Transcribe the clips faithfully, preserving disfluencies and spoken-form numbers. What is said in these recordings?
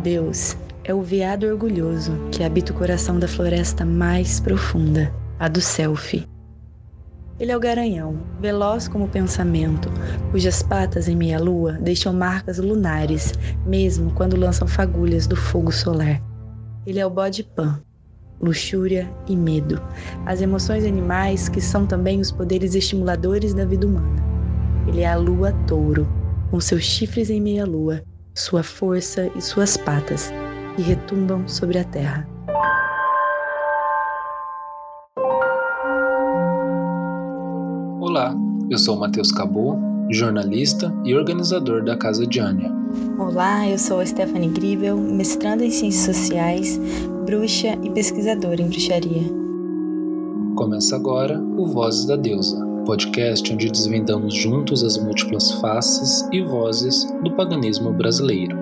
Deus é o veado orgulhoso que habita o coração da floresta mais profunda, a do selfie. Ele é o garanhão, veloz como o pensamento, cujas patas em meia-lua deixam marcas lunares, mesmo quando lançam fagulhas do fogo solar. Ele é o bode pan, luxúria e medo, as emoções animais que são também os poderes estimuladores da vida humana. Ele é a lua touro, com seus chifres em meia-lua, sua força e suas patas, que retumbam sobre a terra. Olá, eu sou o Matheus Cabot, jornalista e organizador da Casa Diânia. Olá, eu sou a Stephanie Gribel, mestranda em Ciências Sociais, bruxa e pesquisadora em bruxaria. Começa agora o Vozes da Deusa, podcast onde desvendamos juntos as múltiplas faces e vozes do paganismo brasileiro.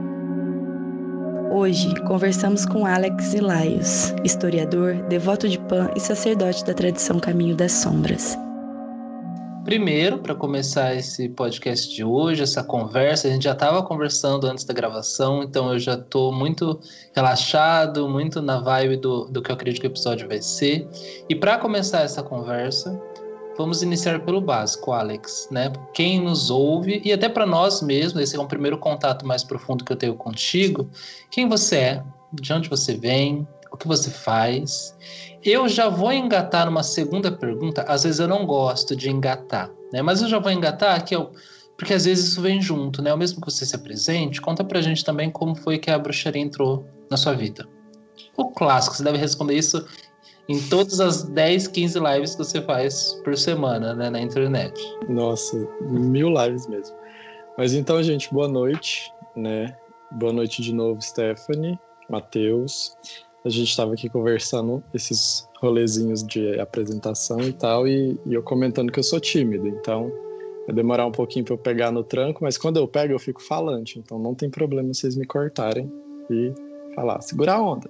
Hoje conversamos com Alex Hilaios, historiador, devoto de Pan e sacerdote da tradição Caminho das Sombras. Primeiro, para começar esse podcast de hoje, essa conversa, a gente já estava conversando antes da gravação, então eu já estou muito relaxado, muito na vibe do, do que eu acredito que o episódio vai ser. E para começar essa conversa, vamos iniciar pelo básico, Alex, né? Quem nos ouve, e até para nós mesmos, esse é um primeiro contato mais profundo que eu tenho contigo. Quem você é? De onde você vem? O que você faz? Eu já vou engatar numa segunda pergunta. Às vezes eu não gosto de engatar, né? Mas eu já vou engatar que eu, porque às vezes isso vem junto, né? O mesmo que você se apresente, conta pra gente também como foi que a bruxaria entrou na sua vida. O clássico, você deve responder isso em todas as dez, quinze lives que você faz por semana, né, na internet. Nossa, mil lives mesmo. Mas então, gente, boa noite, né? Boa noite de novo, Stephanie, Matheus. A gente estava aqui conversando esses rolezinhos de apresentação e tal, e, e eu comentando que eu sou tímido, então vai demorar um pouquinho para eu pegar no tranco, mas quando eu pego eu fico falante, então não tem problema vocês me cortarem e falar, segura a onda.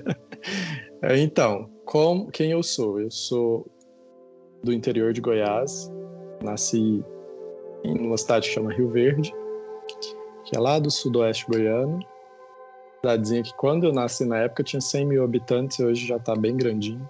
Então, como, quem eu sou? Eu sou do interior de Goiás, nasci em uma cidade que chama Rio Verde, que é lá do sudoeste goiano. Cidadezinha que quando eu nasci na época tinha cem mil habitantes, hoje já tá bem grandinho.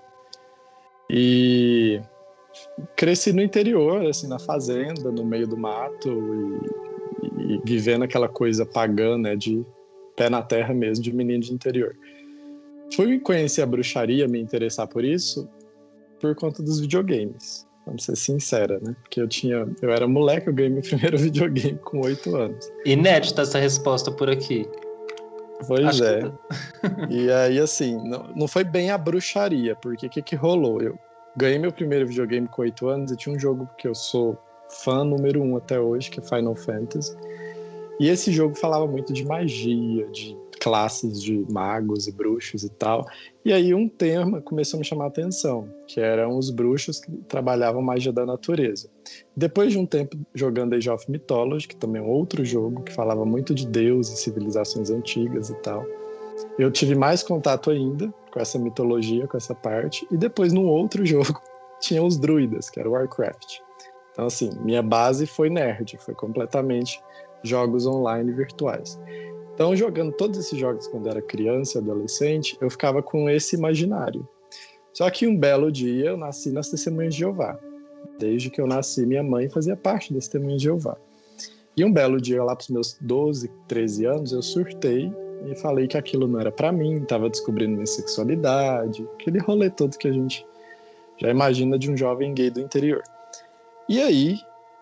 E cresci no interior, assim, na fazenda, no meio do mato, e, e vivendo aquela coisa pagã, né, de pé na terra mesmo, de menino de interior. Fui conhecer a bruxaria, me interessar por isso, por conta dos videogames. Vamos ser sincera, né? Porque eu tinha, eu era moleque, eu ganhei meu primeiro videogame com oito anos. Inédita essa resposta por aqui. Pois Acho é. que... E aí, assim, não, não foi bem a bruxaria, porque o que, que rolou? Eu ganhei meu primeiro videogame com oito anos e tinha um jogo que eu sou fã número um até hoje, que é Final Fantasy. E esse jogo falava muito de magia, de classes de magos e bruxos e tal. E aí um tema começou a me chamar a atenção, que eram os bruxos que trabalhavam magia da natureza. Depois de um tempo jogando Age of Mythology, que também é um outro jogo que falava muito de deuses, civilizações antigas e tal, eu tive mais contato ainda com essa mitologia, com essa parte. E depois num outro jogo tinha os druidas, que era o Warcraft. Então assim, minha base foi nerd, foi completamente jogos online virtuais. Então, jogando todos esses jogos quando era criança e adolescente, eu ficava com esse imaginário. Só que um belo dia eu nasci nas Testemunhas de Jeová. Desde que eu nasci, minha mãe fazia parte das Testemunhas de Jeová. E um belo dia, lá para os meus doze, treze anos, eu surtei e falei que aquilo não era para mim, estava descobrindo minha sexualidade, aquele rolê todo que a gente já imagina de um jovem gay do interior. E aí,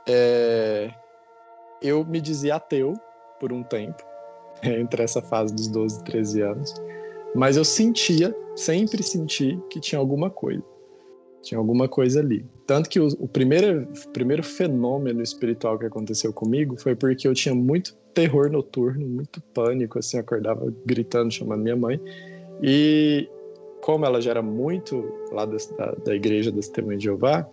é... eu me dizia ateu por um tempo, entre essa fase dos doze, treze anos, mas eu sentia, sempre senti que tinha alguma coisa, tinha alguma coisa ali. Tanto que o, o primeiro, primeiro fenômeno espiritual que aconteceu comigo foi porque eu tinha muito terror noturno, muito pânico, assim, acordava gritando, chamando minha mãe, e como ela já era muito lá da, da, da igreja das Testemunhas de Jeová,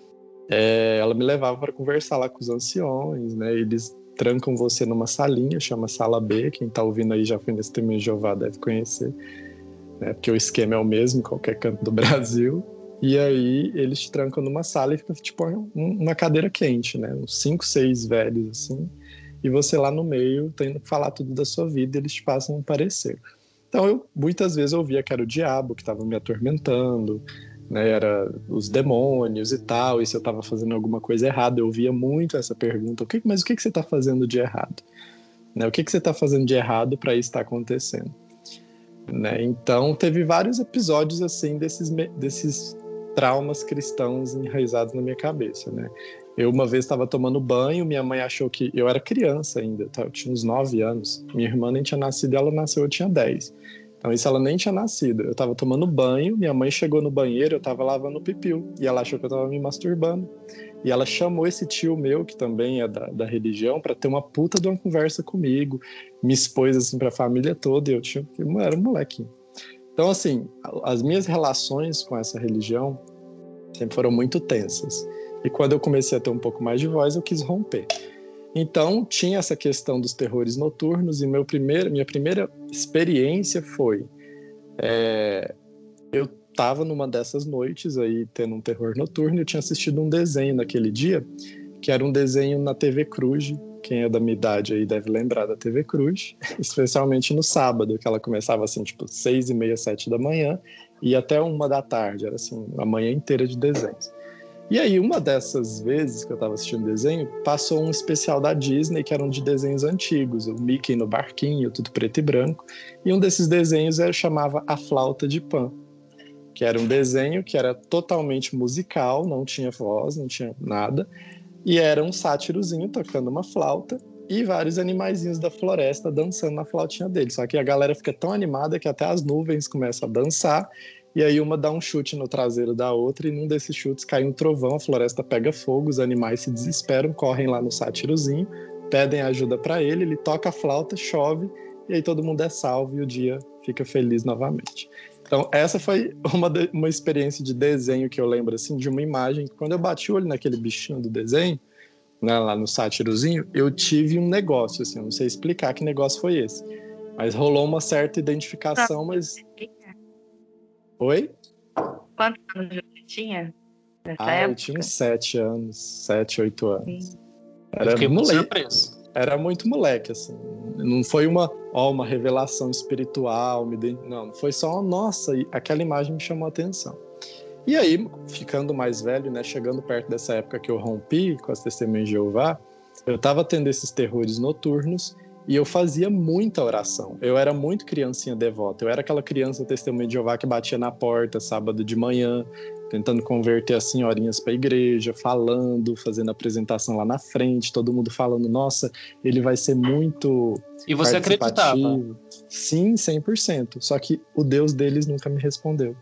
é, ela me levava para conversar lá com os anciões, né, eles trancam você numa salinha, chama Sala B, quem tá ouvindo aí já foi nesse Testemunhas de Jeová deve conhecer, né, porque o esquema é o mesmo em qualquer canto do Brasil, e aí eles te trancam numa sala e fica tipo um, uma cadeira quente, né, uns cinco, seis velhos assim, e você lá no meio tendo que falar tudo da sua vida e eles te passam um parecer. Então eu muitas vezes ouvia que era o diabo que estava me atormentando, né, era os demônios e tal, e se eu estava fazendo alguma coisa errada, eu ouvia muito essa pergunta, o que, mas o que, que você está fazendo de errado? Né, o que, que você está fazendo de errado para isso estar acontecendo? Né, então teve vários episódios assim desses, desses traumas cristãos enraizados na minha cabeça, né? Eu uma vez estava tomando banho, minha mãe achou que... Eu era criança ainda, tá? Eu tinha uns nove anos. Minha irmã nem tinha nascido, ela nasceu, eu tinha dez. Então isso ela nem tinha nascido. Eu estava tomando banho, minha mãe chegou no banheiro, eu estava lavando o pipiu. E ela achou que eu estava me masturbando. E ela chamou esse tio meu, que também é da, da religião, para ter uma puta de uma conversa comigo. Me expôs assim para a família toda e eu tinha, eu era um molequinho. Então assim, as minhas relações com essa religião sempre foram muito tensas. E quando eu comecei a ter um pouco mais de voz, eu quis romper. Então, tinha essa questão dos terrores noturnos, e meu primeiro, minha primeira experiência foi... É, eu estava numa dessas noites, aí, tendo um terror noturno, e eu tinha assistido um desenho naquele dia, que era um desenho na T V Cruz. Quem é da minha idade aí deve lembrar da T V Cruz, especialmente no sábado, que ela começava assim, tipo, seis e meia, sete da manhã, e até uma da tarde, era assim, a manhã inteira de desenhos. E aí, uma dessas vezes que eu estava assistindo desenho, passou um especial da Disney, que eram de desenhos antigos, o Mickey no barquinho, tudo preto e branco, e um desses desenhos era, chamava A Flauta de Pan, que era um desenho que era totalmente musical, não tinha voz, não tinha nada, e era um sátirozinho tocando uma flauta, e vários animaizinhos da floresta dançando na flautinha dele. Só que a galera fica tão animada que até as nuvens começam a dançar, e aí uma dá um chute no traseiro da outra, e num desses chutes cai um trovão, a floresta pega fogo, os animais se desesperam, correm lá no sátirozinho, pedem ajuda para ele, ele toca a flauta, chove, e aí todo mundo é salvo e o dia fica feliz novamente. Então essa foi uma, de, uma experiência de desenho que eu lembro, assim, de uma imagem, que quando eu bati o olho naquele bichinho do desenho, né, lá no sátirozinho, eu tive um negócio, assim, eu não sei explicar que negócio foi esse, mas rolou uma certa identificação, mas... Oi? Quantos anos você tinha nessa ah, época? eu tinha uns sete anos, sete, oito anos. Sim. Era eu fiquei muito moleque, surpreso. Era muito moleque, assim. Não foi uma, ó, uma revelação espiritual, me de... não, foi só, nossa, aquela imagem me chamou a atenção. E aí, ficando mais velho, né, chegando perto dessa época que eu rompi com as Testemunhas de Jeová, eu tava tendo esses terrores noturnos, e eu fazia muita oração. Eu era muito criancinha devota. Eu era aquela criança Testemunha de Jeová que batia na porta sábado de manhã, tentando converter as senhorinhas para a igreja, falando, fazendo apresentação lá na frente, todo mundo falando, nossa, ele vai ser muito E você acreditava? Sim, cem por cento. Só que o Deus deles nunca me respondeu.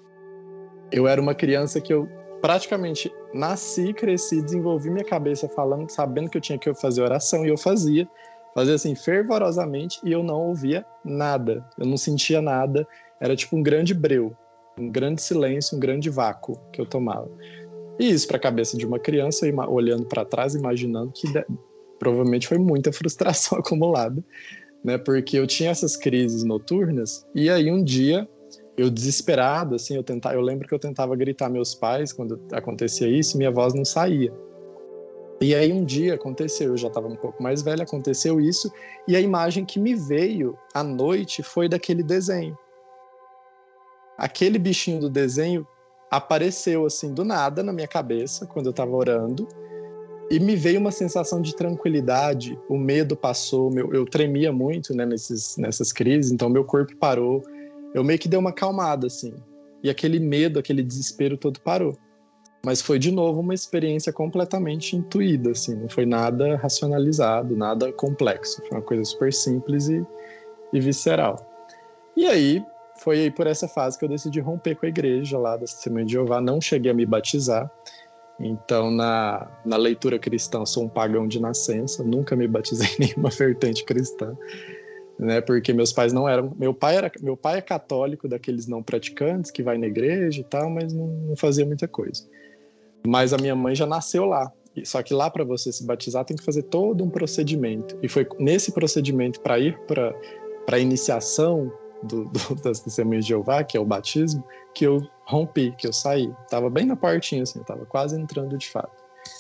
Eu era uma criança que eu praticamente nasci, cresci, desenvolvi minha cabeça falando, sabendo que eu tinha que fazer oração, e eu fazia. Fazia assim, fervorosamente, e eu não ouvia nada. Eu não sentia nada. Era tipo um grande breu, um grande silêncio, um grande vácuo que eu tomava. E isso, para a cabeça de uma criança, olhando para trás, imaginando que de... provavelmente foi muita frustração acumulada, né? Porque eu tinha essas crises noturnas, e aí um dia, eu desesperado, assim, eu, tentava... eu lembro que eu tentava gritar meus pais quando acontecia isso, e minha voz não saía. E aí um dia aconteceu, eu já estava um pouco mais velho, aconteceu isso, e a imagem que me veio à noite foi daquele desenho. Aquele bichinho do desenho apareceu assim do nada na minha cabeça quando eu estava orando, e me veio uma sensação de tranquilidade, o medo passou, meu, eu tremia muito, né, nesses, nessas crises, então meu corpo parou, eu meio que dei uma acalmada assim, e aquele medo, aquele desespero todo parou. Mas foi, de novo, uma experiência completamente intuída, assim, não foi nada racionalizado, nada complexo. Foi uma coisa super simples e, e visceral. E aí, foi aí por essa fase que eu decidi romper com a igreja lá da Testemunha de Jeová. Não cheguei a me batizar. Então, na, na leitura cristã, eu sou um pagão de nascença. Nunca me batizei em nenhuma vertente cristã, né? Porque meus pais não eram... Meu pai, era, meu pai é católico, daqueles não praticantes, que vai na igreja e tal, mas não, não fazia muita coisa. Mas a minha mãe já nasceu lá. Só que lá, para você se batizar, tem que fazer todo um procedimento. E foi nesse procedimento, para ir para a iniciação do, do, das Testemunhas de Jeová, que é o batismo, que eu rompi, que eu saí. Tava bem na portinha, assim, tava quase entrando de fato.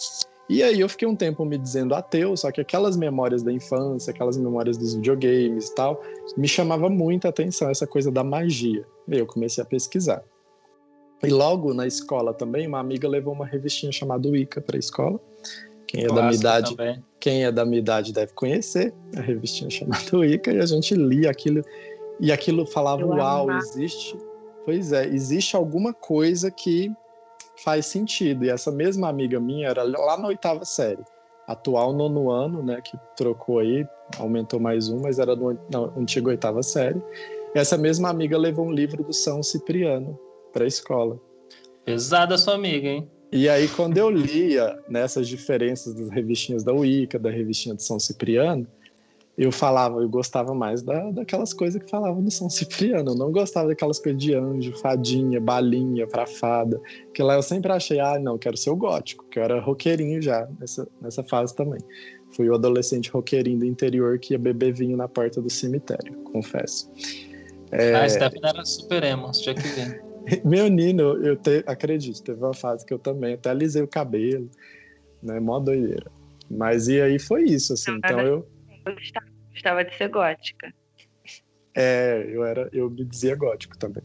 E aí eu fiquei um tempo me dizendo ateu, só que aquelas memórias da infância, aquelas memórias dos videogames e tal, me chamava muita atenção essa coisa da magia. E aí eu comecei a pesquisar. E logo na escola também, uma amiga levou uma revistinha chamada Wicca para a escola. Quem é, da minha idade, quem é da minha idade deve conhecer a revistinha chamada Wicca, e a gente lia aquilo, e aquilo falava, eu uau, amava. existe... Pois é, existe alguma coisa que faz sentido. E essa mesma amiga minha era lá na oitava série. Atual nono ano, né, que trocou aí, aumentou mais um, mas era no, na antiga oitava série. E essa mesma amiga levou um livro do São Cipriano para a escola. Pesada sua amiga, hein? E aí, quando eu lia nessas diferenças das revistinhas da Wicca, da revistinha do São Cipriano, eu falava, eu gostava mais da, daquelas coisas que falavam no São Cipriano. Eu não gostava daquelas coisas de anjo, fadinha, balinha pra fada. Que lá eu sempre achei, ah, não, quero ser o gótico, que eu era roqueirinho já nessa, nessa fase também. Fui o adolescente roqueirinho do interior que ia beber vinho na porta do cemitério, confesso. É... Ah, Stephanie era super emo, tinha que ver. Meu Nino, eu te... acredito, teve uma fase que eu também até alisei o cabelo, né, mó doideira. Mas e aí foi isso, assim, não, então eu... Eu gostava, gostava de ser gótica. É, eu, era, eu me dizia gótico também.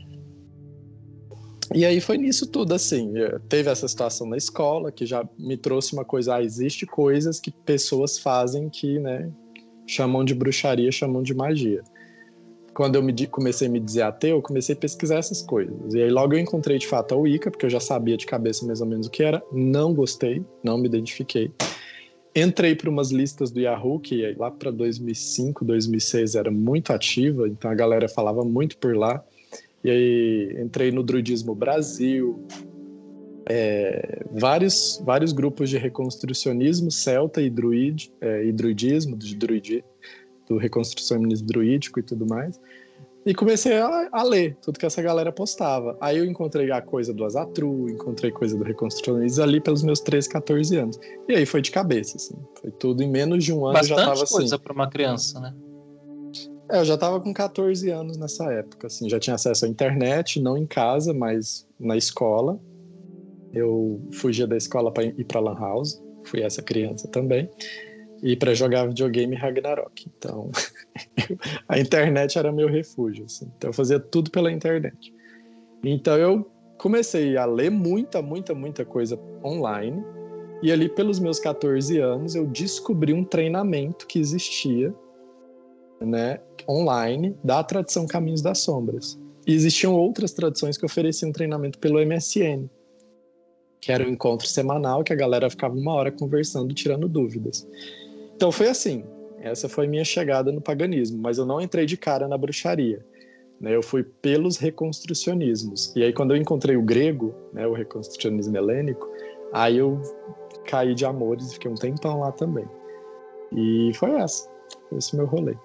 E aí foi nisso tudo, assim, teve essa situação na escola, que já me trouxe uma coisa, ah, existe coisas que pessoas fazem que, né, chamam de bruxaria, chamam de magia. Quando eu me, comecei a me dizer ateu, eu comecei a pesquisar essas coisas. E aí logo eu encontrei de fato a Wicca, porque eu já sabia de cabeça mais ou menos o que era, não gostei, não me identifiquei. Entrei para umas listas do Yahoo, que lá para dois mil e cinco, dois mil e seis era muito ativa, então a galera falava muito por lá. E aí entrei no Druidismo Brasil, é, vários, vários grupos de reconstrucionismo celta e, druid, é, e druidismo, de druidi, do reconstrucionismo druídico e tudo mais. E comecei a, a ler tudo que essa galera postava. Aí eu encontrei a coisa do Asatru, encontrei coisa do reconstrucionismo ali pelos meus treze, catorze anos. E aí foi de cabeça, assim. Foi tudo em menos de um ano. Bastante eu já tava assim. coisa para uma criança, né? É, eu já tava com catorze anos nessa época, assim. Já tinha acesso à internet, não em casa, mas na escola. Eu fugia da escola para ir pra Lan House. Fui essa criança também. E para jogar videogame Ragnarok. Então, a internet era meu refúgio, assim. Então, eu fazia tudo pela internet. Então, eu comecei a ler muita, muita, muita coisa online. E ali, pelos meus catorze anos, eu descobri um treinamento que existia, né, online, da tradição Caminhos das Sombras. E existiam outras tradições que ofereciam treinamento pelo M S N, que era um encontro semanal que a galera ficava uma hora conversando, tirando dúvidas. Então foi assim, essa foi minha chegada no paganismo, mas eu não entrei de cara na bruxaria, né? Eu fui pelos reconstrucionismos. E aí quando eu encontrei o grego, né, o reconstrucionismo helênico, aí eu caí de amores e fiquei um tempão lá também. E foi essa, foi esse meu rolê.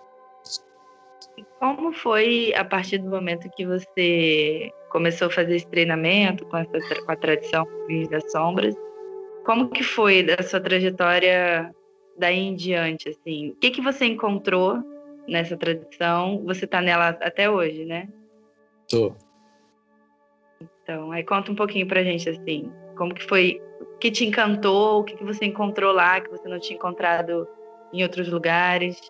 Como foi a partir do momento que você começou a fazer esse treinamento com, essa, com a tradição das sombras? Como que foi a sua trajetória daí em diante, assim? O que que você encontrou nessa tradição? Você tá nela até hoje, né? Tô. Então, aí conta um pouquinho pra gente, assim, como que foi, o que te encantou, o que que você encontrou lá que você não tinha encontrado em outros lugares?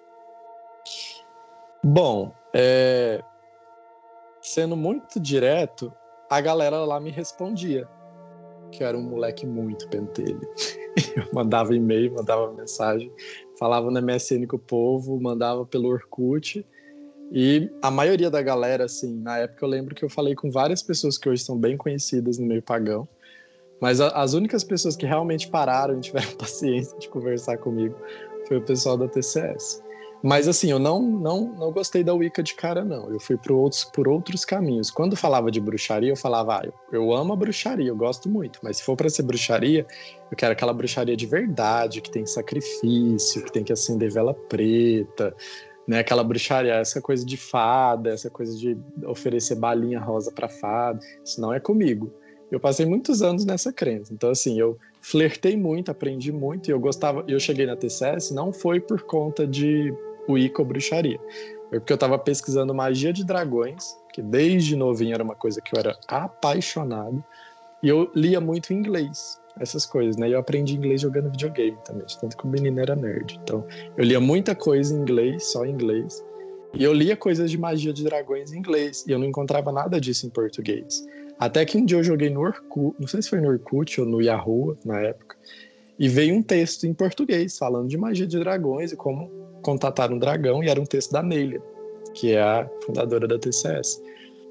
Bom, é... sendo muito direto, a galera lá me respondia que eu era um moleque muito pentelho. Eu mandava e-mail, mandava mensagem, falava no M S N com o povo, mandava pelo Orkut. E a maioria da galera, assim, na época eu lembro que eu falei com várias pessoas que hoje são bem conhecidas no meio pagão, mas a, as únicas pessoas que realmente pararam e tiveram paciência de conversar comigo foi o pessoal da T C S. Mas assim, eu não, não, não gostei da Wicca de cara, não. Eu fui por outros, por outros caminhos. Quando falava de bruxaria, eu falava, ah, eu, eu amo a bruxaria, eu gosto muito. Mas se for para ser bruxaria, eu quero aquela bruxaria de verdade, que tem sacrifício, que tem que acender vela preta, né? Aquela bruxaria, essa coisa de fada, essa coisa de oferecer balinha rosa para fada. Isso não é comigo. Eu passei muitos anos nessa crença. Então, assim, eu flertei muito, aprendi muito, e eu gostava. Eu cheguei na T C S, não foi por conta de Wicca ou bruxaria. Foi porque eu estava pesquisando magia de dragões, que desde novinho era uma coisa que eu era apaixonado, e eu lia muito em inglês. essas coisas, né? E eu aprendi inglês jogando videogame também, tanto que o menino era nerd. Então, eu lia muita coisa em inglês, só em inglês. E eu lia coisas de magia de dragões em inglês, e eu não encontrava nada disso em português. Até que um dia eu joguei no Orkut, não sei se foi no Orkut ou no Yahoo, na época, e veio um texto em português, falando de magia de dragões e como contatar um dragão, e era um texto da Neila, que é a fundadora da T C S.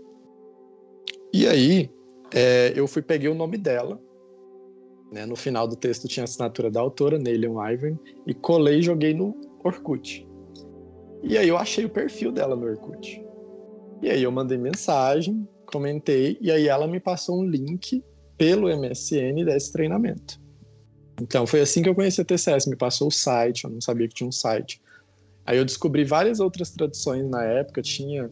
E aí, é, eu fui, peguei o nome dela, né, no final do texto tinha a assinatura da autora, Neila Ivan, e colei e joguei no Orkut. E aí eu achei o perfil dela no Orkut. E aí eu mandei mensagem, comentei, e aí ela me passou um link pelo M S N desse treinamento. Então foi assim que eu conheci a T C S, me passou o site, eu não sabia que tinha um site. Aí eu descobri várias outras tradições na época, tinha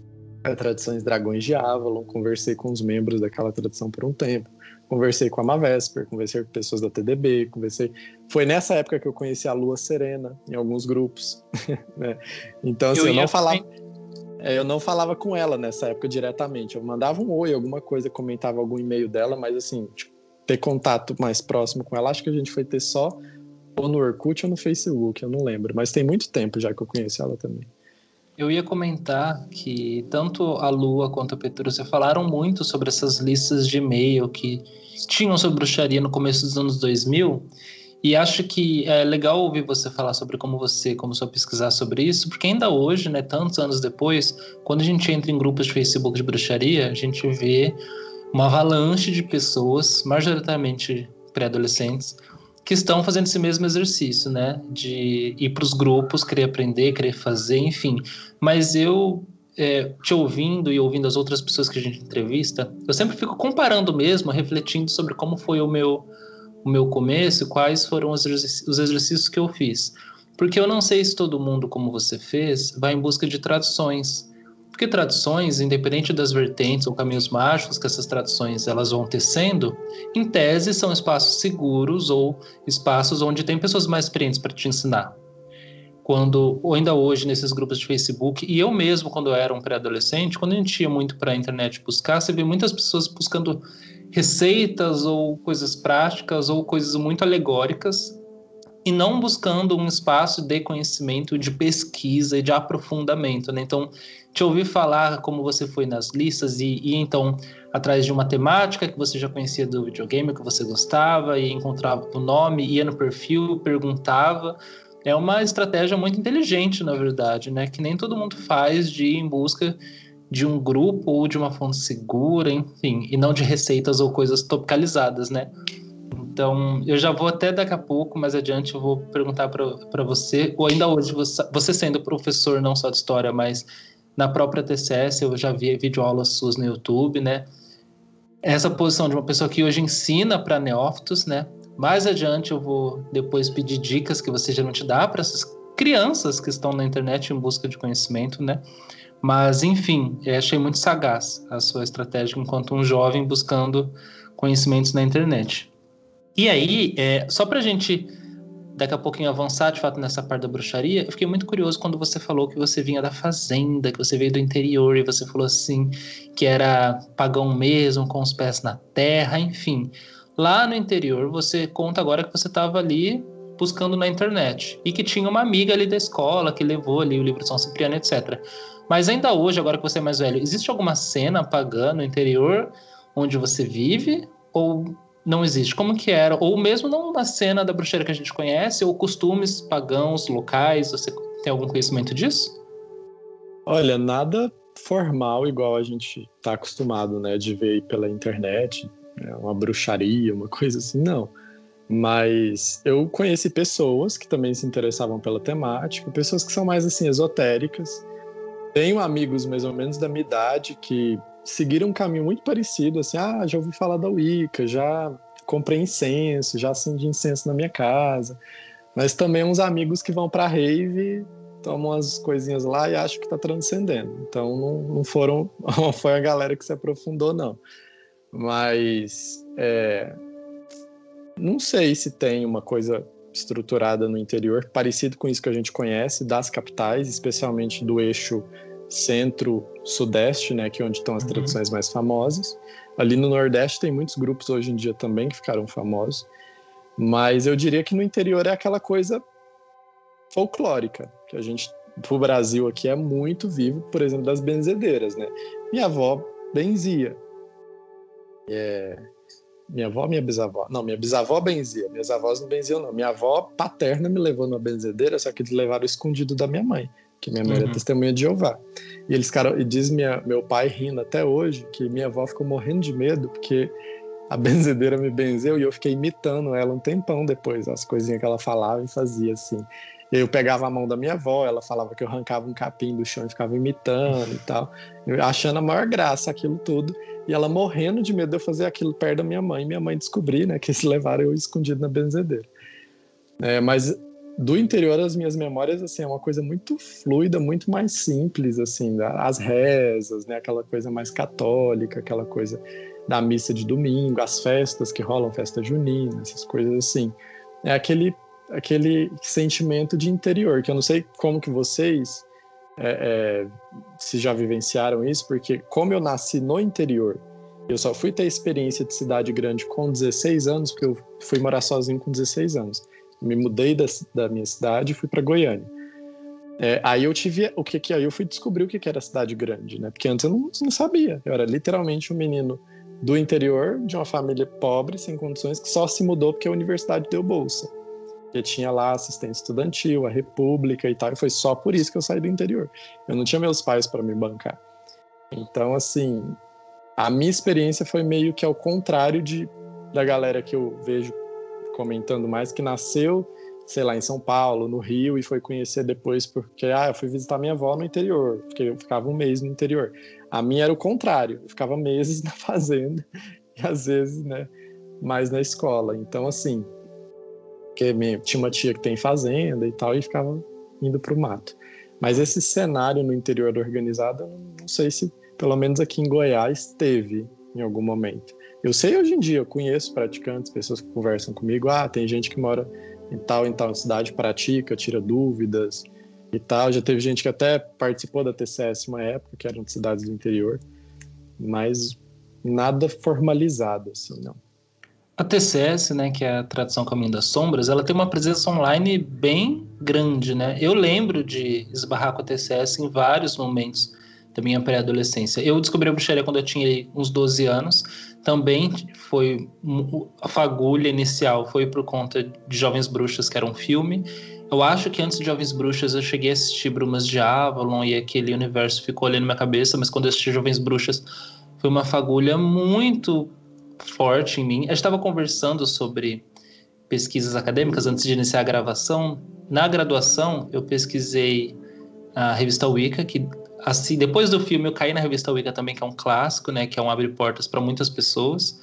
é, tradições Dragões de Avalon, conversei com os membros daquela tradição por um tempo, conversei com a Mavesper, conversei com pessoas da T D B, conversei... Foi nessa época que eu conheci a Lua Serena, em alguns grupos. Né? Então, assim, eu, eu não falava... É, eu não falava com ela nessa época diretamente. Eu mandava um oi, alguma coisa, comentava algum e-mail dela, mas, assim, tipo, ter contato mais próximo com ela, acho que a gente foi ter só ou no Orkut ou no Facebook, eu não lembro. Mas tem muito tempo já que eu conheci ela também. Eu ia comentar que tanto a Lua quanto a Petrúcia falaram muito sobre essas listas de e-mail que tinham sobre bruxaria no começo dos anos dois mil, e acho que é legal ouvir você falar sobre como você começou a pesquisar sobre isso, porque ainda hoje, né, tantos anos depois, quando a gente entra em grupos de Facebook de bruxaria, a gente vê uma avalanche de pessoas, majoritariamente pré-adolescentes, que estão fazendo esse mesmo exercício, né? De ir para os grupos, querer aprender, querer fazer, enfim. Mas eu, é, te ouvindo e ouvindo as outras pessoas que a gente entrevista, eu sempre fico comparando mesmo, refletindo sobre como foi o meu, o meu começo, quais foram os exercícios, os exercícios que eu fiz. Porque eu não sei se todo mundo, como você fez, vai em busca de traduções. Porque traduções, independente das vertentes ou caminhos mágicos que essas traduções elas vão tecendo, em tese são espaços seguros ou espaços onde tem pessoas mais experientes para te ensinar. Quando, ou ainda hoje, nesses grupos de Facebook, e eu mesmo, quando eu era um pré-adolescente, quando a gente ia muito para a internet buscar, você vê muitas pessoas buscando receitas ou coisas práticas ou coisas muito alegóricas, e não buscando um espaço de conhecimento, de pesquisa e de aprofundamento, né? Então, te ouvir falar como você foi nas listas e, e então, atrás de uma temática que você já conhecia do videogame, que você gostava, e encontrava o nome, ia no perfil, perguntava, é uma estratégia muito inteligente, na verdade, né? Que nem todo mundo faz de ir em busca de um grupo ou de uma fonte segura, enfim, e não de receitas ou coisas topicalizadas, né? Então, eu já vou até daqui a pouco, mais adiante, eu vou perguntar para você, ou ainda hoje, você, você sendo professor não só de história, mas na própria T C S, eu já vi videoaulas suas no YouTube, né? Essa posição de uma pessoa que hoje ensina para neófitos, né? Mais adiante eu vou depois pedir dicas que você geralmente dá para essas crianças que estão na internet em busca de conhecimento, né? Mas, enfim, eu achei muito sagaz a sua estratégia enquanto um jovem buscando conhecimentos na internet. E aí, é, só pra gente daqui a pouquinho avançar de fato nessa parte da bruxaria, eu fiquei muito curioso quando você falou que você vinha da fazenda, que você veio do interior, e você falou assim, que era pagão mesmo, com os pés na terra, enfim. Lá no interior, você conta agora que você estava ali buscando na internet, e que tinha uma amiga ali da escola que levou ali o livro de São Cipriano, etcétera. Mas ainda hoje, agora que você é mais velho, existe alguma cena pagã no interior onde você vive, ou não existe? Como que era? Ou mesmo não uma cena da bruxaria que a gente conhece, ou costumes pagãos, locais, você tem algum conhecimento disso? Olha, nada formal igual a gente tá acostumado, né, de ver pela internet, né, uma bruxaria, uma coisa assim, não. Mas eu conheci pessoas que também se interessavam pela temática, pessoas que são mais, assim, esotéricas. Tenho amigos mais ou menos da minha idade que seguiram um caminho muito parecido, assim, ah, já ouvi falar da Wicca, já comprei incenso, já acendi incenso na minha casa, mas também uns amigos que vão pra rave, tomam as coisinhas lá e acham que tá transcendendo, então não, não foram, não foi a galera que se aprofundou, não. Mas é, não sei se tem uma coisa estruturada no interior, parecido com isso que a gente conhece das capitais, especialmente do eixo centro-sudeste, né, que é onde estão as tradições mais famosas, Ali no Nordeste tem muitos grupos hoje em dia também que ficaram famosos, mas eu diria que no interior é aquela coisa folclórica, que a gente, pro Brasil aqui, é muito vivo, por exemplo, das benzedeiras, né? Minha avó benzia. É... Minha avó, minha bisavó. Não, minha bisavó benzia. Minhas avós não benziam, não. Minha avó paterna me levou numa benzedeira, só que eles levaram escondido da minha mãe, que minha mãe uhum. era testemunha de Jeová. E eles ficaram, e diz minha, meu pai rindo até hoje, que minha avó ficou morrendo de medo, porque a benzedeira me benzeu e eu fiquei imitando ela um tempão depois, as coisinhas que ela falava e fazia assim. Eu pegava a mão da minha avó, ela falava que eu arrancava um capim do chão e ficava imitando e tal, achando a maior graça aquilo tudo, e ela morrendo de medo de eu fazer aquilo perto da minha mãe, e minha mãe descobrir, né, que eles levaram eu escondido na benzedeira. É, mas do interior, as minhas memórias, assim, é uma coisa muito fluida, muito mais simples, assim, as rezas, né, aquela coisa mais católica, aquela coisa da missa de domingo, as festas que rolam, festa junina, essas coisas assim. É aquele aquele sentimento de interior, que eu não sei como que vocês é, é, se já vivenciaram isso, porque como eu nasci no interior, eu só fui ter experiência de cidade grande com dezesseis anos, porque eu fui morar sozinho com dezesseis anos. Me mudei da, da minha cidade e fui para Goiânia. É, aí eu tive o que que aí eu fui descobrir o que que era cidade grande, né? Porque antes eu não, não sabia. Eu era literalmente um menino do interior, de uma família pobre, sem condições, que só se mudou porque a universidade deu bolsa. Porque tinha lá assistente estudantil, a República e tal, e foi só por isso que eu saí do interior. Eu não tinha meus pais para me bancar. Então, assim, a minha experiência foi meio que ao contrário de, da galera que eu vejo comentando mais, que nasceu, sei lá, em São Paulo, no Rio, e foi conhecer depois porque, ah, eu fui visitar minha avó no interior, porque eu ficava um mês no interior. A minha era o contrário, eu ficava meses na fazenda, e às vezes, né, mais na escola. Então, assim, porque tinha uma tia que tem fazenda e tal, e ficava indo pro mato. Mas esse cenário no interior organizado, eu não sei se, pelo menos aqui em Goiás, teve em algum momento. Eu sei hoje em dia, eu conheço praticantes, pessoas que conversam comigo, ah, tem gente que mora em tal, em tal cidade, pratica, tira dúvidas e tal. Já teve gente que até participou da T C S uma época, que eram de cidades do interior, mas nada formalizado, assim, não. A T C S, né, que é a Tradição Caminho das Sombras, ela tem uma presença online bem grande, né? Eu lembro de esbarrar com a T C S em vários momentos da minha pré-adolescência. Eu descobri a bruxaria quando eu tinha uns doze anos. Também foi a fagulha inicial foi por conta de Jovens Bruxas, que era um filme. Eu acho que antes de Jovens Bruxas eu cheguei a assistir Brumas de Avalon e aquele universo ficou ali na minha cabeça, mas quando eu assisti Jovens Bruxas foi uma fagulha muito forte em mim. A gente estava conversando sobre pesquisas acadêmicas antes de iniciar a gravação. Na graduação, eu pesquisei a revista Wicca, que assim, depois do filme eu caí na revista Wicca também, que é um clássico, né, que é um abre-portas para muitas pessoas.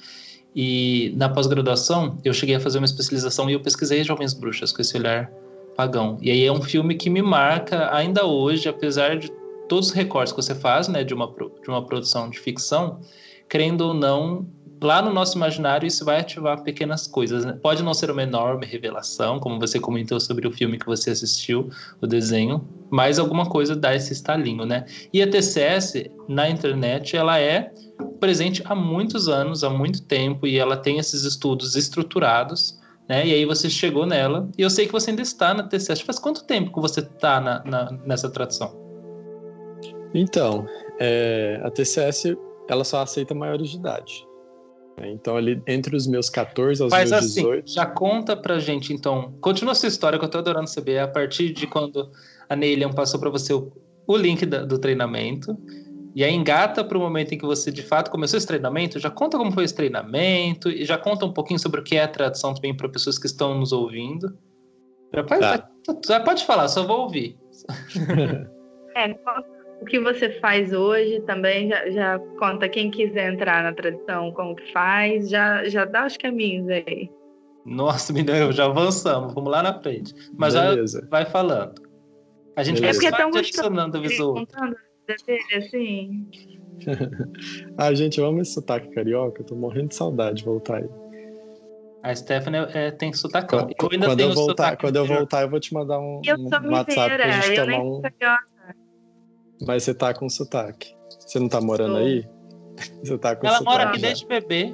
E na pós-graduação, eu cheguei a fazer uma especialização e eu pesquisei Jovens Bruxas com esse olhar pagão. E aí é um filme que me marca ainda hoje, apesar de todos os recortes que você faz, né, de uma, de uma produção de ficção, crendo ou não, lá no nosso imaginário isso vai ativar pequenas coisas, né? Pode não ser uma enorme revelação, como você comentou sobre o filme que você assistiu, o desenho, mas alguma coisa dá esse estalinho, né? E a T C S, na internet, ela é presente há muitos anos, há muito tempo, e ela tem esses estudos estruturados, né? E aí você chegou nela, e eu sei que você ainda está na T C S. Faz quanto tempo que você está na, na, nessa tradução? Então, é, a T C S, ela só aceita maiores de idade. Então, ali entre os meus catorze aos Faz meus assim, dezoito... já conta pra gente, então. Continua a sua história, que eu tô adorando saber. A partir de quando a Neilian passou pra você o, o link da, do treinamento, e aí engata pro momento em que você, de fato, começou esse treinamento. Já conta como foi esse treinamento, e já conta um pouquinho sobre o que é a tradução também para pessoas que estão nos ouvindo. Já pode, tá. já pode falar, só vou ouvir. É, o que você faz hoje também, já, já conta quem quiser entrar na tradição, como que faz, já, já dá os caminhos aí. Nossa, menina, já avançamos, vamos lá na frente. Mas Beleza. Já vai falando. A gente Beleza. vai é tão adicionando a visual. Contando a vida dele, assim. Ah, gente, eu amo esse sotaque carioca, eu tô morrendo de saudade de voltar aí. A Stephanie é, tem sotacão. Quando, eu ainda quando, tenho eu voltar, quando eu voltar, eu vou te mandar um, eu um sou WhatsApp pra gente eu tomar um... carioca. Mas você tá com sotaque. Você não tá morando Sou. aí? Você tá com Ela mora sotaque aqui já. desde bebê.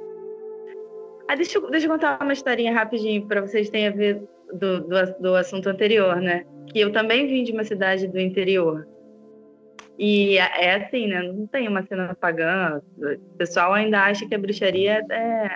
Ah, deixa, eu- deixa eu contar uma historinha rapidinho para vocês terem a ver do, do, do assunto anterior, né? Que eu também vim de uma cidade do interior. E é é assim, né? Não tem uma cena pagã. O pessoal ainda acha que a bruxaria é,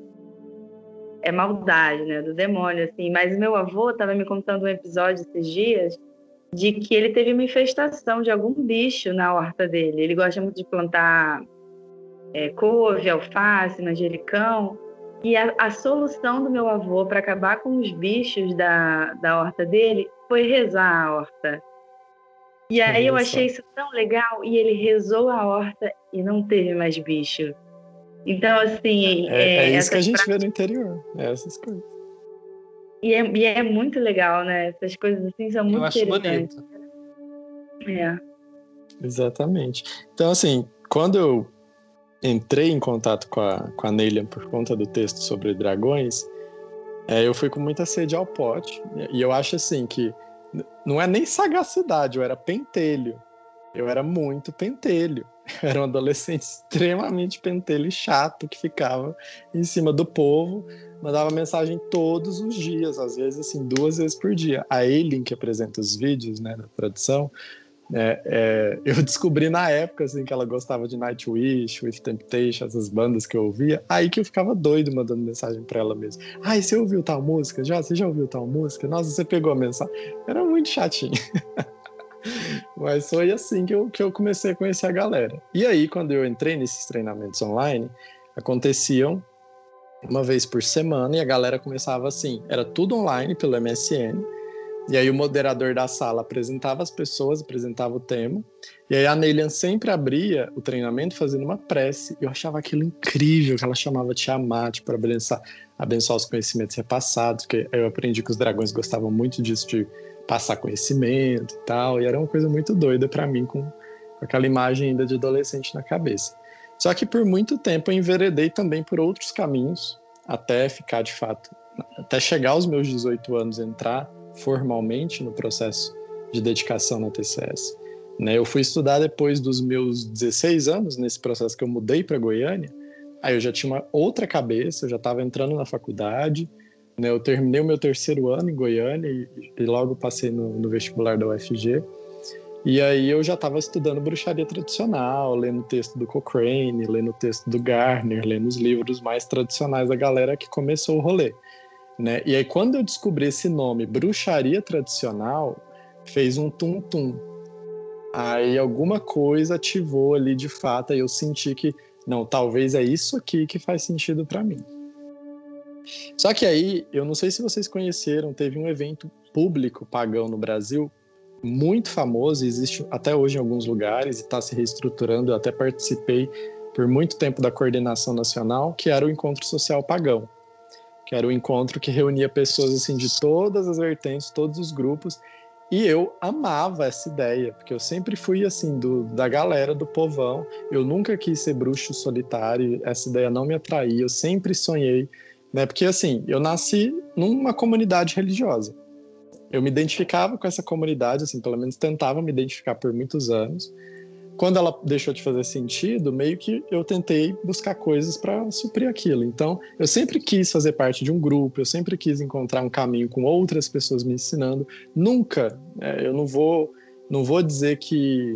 é maldade, né? Do demônio, assim. Mas o meu avô estava me contando um episódio esses dias de que ele teve uma infestação de algum bicho na horta dele. Ele gosta muito de plantar é, couve, alface, manjericão. E a, a solução do meu avô para acabar com os bichos da, da horta dele foi rezar a horta. E aí eu Olha achei só. isso tão legal, e ele rezou a horta e não teve mais bicho. Então, assim, É, é é, isso que a essas gente vê práticas... no interior, é essas coisas. E é, e é muito legal, né? Essas coisas assim são Eu muito acho interessantes. bonito. É. Exatamente. Então, assim, quando eu entrei em contato com a, com a Nelian por conta do texto sobre dragões, é, eu fui com muita sede ao pote. E eu acho, assim, que n- não é nem sagacidade, eu era pentelho. Eu era muito pentelho. Eu era um adolescente extremamente pentelho e chato que ficava em cima do povo, mandava mensagem todos os dias, às vezes assim, duas vezes por dia. A Aileen, que apresenta os vídeos, né, na tradução, é, é, eu descobri na época assim, que ela gostava de Nightwish, With Temptation, essas bandas que eu ouvia, aí que eu ficava doido mandando mensagem pra ela mesmo. Ai, você ouviu tal música? Já? Você já ouviu tal música? Nossa, você pegou a mensagem? Era muito chatinho. Mas foi assim que eu, que eu comecei a conhecer a galera. E aí, quando eu entrei nesses treinamentos online, aconteciam uma vez por semana e a galera começava assim, era tudo online pelo M S N, e aí o moderador da sala apresentava as pessoas, apresentava o tema, e aí a Nelian sempre abria o treinamento fazendo uma prece, e eu achava aquilo incrível, que ela chamava Tiamat para abençoar, abençoar os conhecimentos repassados, porque eu aprendi que os dragões gostavam muito disso, de passar conhecimento e tal, e era uma coisa muito doida para mim, com, com aquela imagem ainda de adolescente na cabeça. Só que por muito tempo eu enveredei também por outros caminhos, até ficar de fato, até chegar aos meus dezoito anos, entrar formalmente no processo de dedicação na T C S. Né? Eu fui estudar depois dos meus dezesseis anos, nesse processo que eu mudei para Goiânia, aí eu já tinha uma outra cabeça, eu já estava entrando na faculdade, né? Eu terminei o meu terceiro ano em Goiânia e, e logo passei no, no vestibular da U F G, e aí eu já estava estudando bruxaria tradicional, lendo o texto do Cochrane, lendo o texto do Gardner, lendo os livros mais tradicionais da galera que começou o rolê. Né? E aí quando eu descobri esse nome, bruxaria tradicional, fez um tum-tum. Aí alguma coisa ativou ali de fato, e eu senti que, não, talvez é isso aqui que faz sentido para mim. Só que aí, eu não sei se vocês conheceram, teve um evento público pagão no Brasil, muito famoso, existe até hoje em alguns lugares e está se reestruturando. Eu até participei por muito tempo da coordenação nacional, que era o Encontro Social Pagão, que era um encontro que reunia pessoas assim de todas as vertentes, todos os grupos, e eu amava essa ideia, porque eu sempre fui assim do, da galera, do povão. Eu nunca quis ser bruxo solitário, essa ideia não me atraía, eu sempre sonhei, né? Porque assim, eu nasci numa comunidade religiosa. Eu me identificava com essa comunidade, assim, pelo menos tentava me identificar por muitos anos. Quando ela deixou de fazer sentido, meio que eu tentei buscar coisas para suprir aquilo. Então, eu sempre quis fazer parte de um grupo, eu sempre quis encontrar um caminho com outras pessoas me ensinando. Nunca, é, eu não vou, não vou dizer que,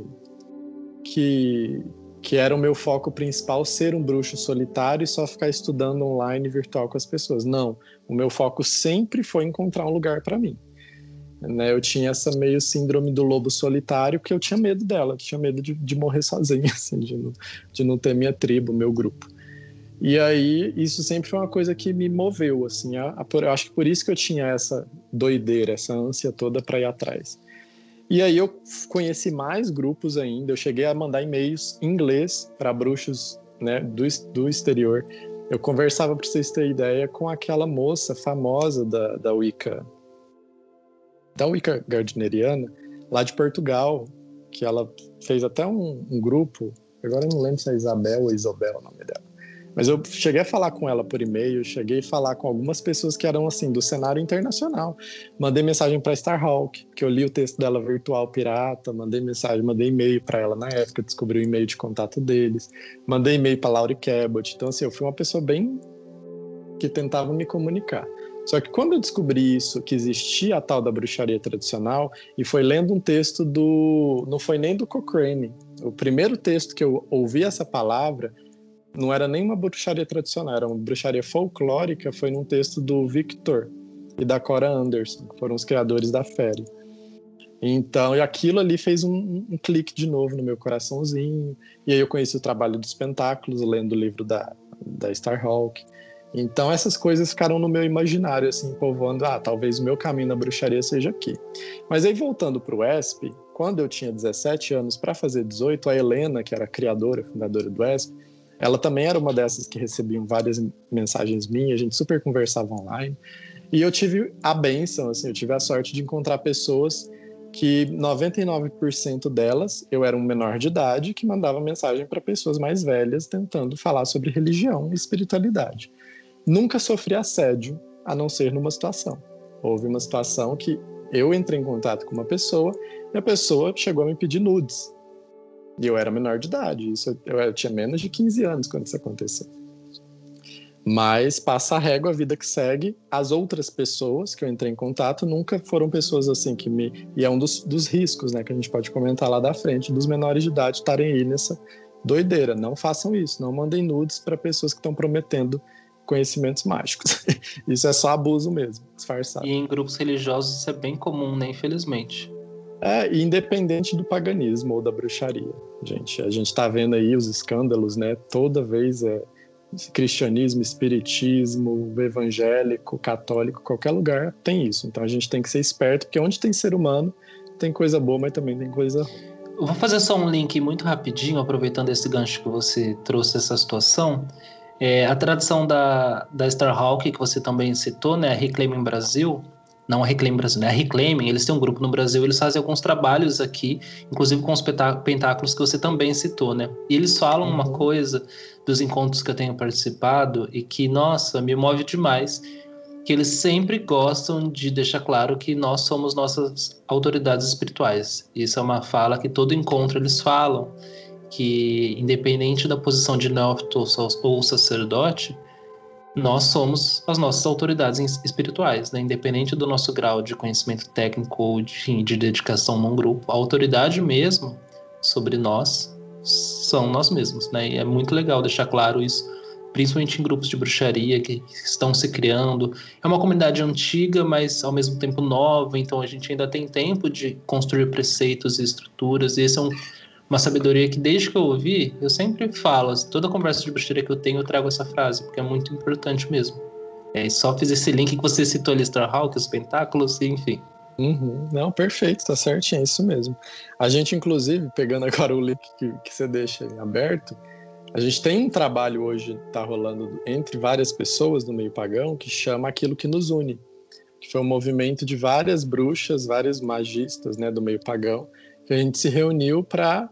que, que era o meu foco principal ser um bruxo solitário e só ficar estudando online virtual com as pessoas. Não, o meu foco sempre foi encontrar um lugar para mim. Né, eu tinha essa meio síndrome do lobo solitário, porque eu tinha medo dela, eu tinha medo de, de morrer sozinho, assim, de, não, de não ter minha tribo, meu grupo. E aí, isso sempre foi uma coisa que me moveu, assim, a, a, eu acho que por isso que eu tinha essa doideira, essa ânsia toda para ir atrás. E aí eu conheci mais grupos ainda, eu cheguei a mandar e-mails em inglês para bruxos, né, do, do exterior. Eu conversava, para vocês terem ideia, com aquela moça famosa da, da Wicca, da Wicca Gardneriana, lá de Portugal, que ela fez até um, um grupo, agora eu não lembro se é Isabel ou Isobel o nome dela, Mas eu cheguei a falar com ela por e-mail, cheguei a falar com algumas pessoas que eram, assim, do cenário internacional. Mandei mensagem para Starhawk, que eu li o texto dela virtual pirata, mandei mensagem, mandei e-mail para ela na época, descobri o e-mail de contato deles, mandei e-mail para Laurie Cabot. Então, assim, eu fui uma pessoa bem que tentava me comunicar. Só que quando eu descobri isso, que existia a tal da bruxaria tradicional, e foi lendo um texto do... não foi nem do Cochrane. O primeiro texto que eu ouvi essa palavra não era nem uma bruxaria tradicional, era uma bruxaria folclórica, foi num texto do Victor e da Cora Anderson, que foram os criadores da Fairy. Então, e aquilo ali fez um, um clique de novo no meu coraçãozinho, e aí eu conheci o trabalho dos Pentáculos, lendo o livro da, da Starhawk. Então, essas coisas ficaram no meu imaginário, assim, povoando, ah, talvez o meu caminho na bruxaria seja aqui. Mas aí, voltando para o E S P, quando eu tinha dezessete anos para fazer dezoito, a Helena, que era a criadora, fundadora do E S P, ela também era uma dessas que recebiam várias mensagens minhas, a gente super conversava online, e eu tive a bênção, assim, eu tive a sorte de encontrar pessoas que noventa e nove por cento delas, eu era um menor de idade que mandava mensagem para pessoas mais velhas tentando falar sobre religião e espiritualidade. Nunca sofri assédio, a não ser numa situação. Houve uma situação que eu entrei em contato com uma pessoa e a pessoa chegou a me pedir nudes. E eu era menor de idade, isso, eu, eu tinha menos de quinze anos quando isso aconteceu. Mas passa a régua, a vida que segue. As outras pessoas que eu entrei em contato nunca foram pessoas assim que me... E é um dos, dos riscos, né, que a gente pode comentar lá da frente, dos menores de idade estarem aí nessa doideira. Não façam isso, não mandem nudes para pessoas que estão prometendo conhecimentos mágicos. Isso é só abuso mesmo, disfarçado. E em grupos religiosos isso é bem comum, né, infelizmente. É, independente do paganismo ou da bruxaria, gente. A gente tá vendo aí os escândalos, né? Toda vez é cristianismo, espiritismo, evangélico, católico, qualquer lugar tem isso. Então a gente tem que ser esperto, porque onde tem ser humano, tem coisa boa, mas também tem coisa ruim. Eu vou fazer só um link muito rapidinho, aproveitando esse gancho que você trouxe essa situação. É, a tradição da, da Starhawk, que você também citou, né? A Reclaiming Brasil... Não a Reclaiming Brasil, né? A Reclaiming, eles têm um grupo no Brasil, eles fazem alguns trabalhos aqui, inclusive com os pentáculos que você também citou, né? E eles falam uhum. uma coisa dos encontros que eu tenho participado e que, nossa, me move demais, que eles sempre gostam de deixar claro que nós somos nossas autoridades espirituais. Isso é uma fala que todo encontro eles falam, que independente da posição de neófito ou sacerdote, nós somos as nossas autoridades espirituais, né? Independente do nosso grau de conhecimento técnico ou de, de dedicação num grupo, a autoridade mesmo sobre nós são nós mesmos, né? E é muito legal deixar claro isso, principalmente em grupos de bruxaria que estão se criando. É uma comunidade antiga, mas ao mesmo tempo nova, então a gente ainda tem tempo de construir preceitos e estruturas, e esse é um uma sabedoria que desde que eu ouvi, eu sempre falo, toda conversa de bruxaria que eu tenho, eu trago essa frase, porque é muito importante mesmo. É, só fiz esse link que você citou ali, Starhawk, os pentáculos, enfim. Uhum. Não, perfeito, tá certinho, é isso mesmo. A gente, inclusive, pegando agora o link que, que você deixa aí aberto, a gente tem um trabalho hoje, tá rolando entre várias pessoas no meio pagão, que chama Aquilo que Nos Une, que foi um movimento de várias bruxas, vários magistas, né, do meio pagão, que a gente se reuniu para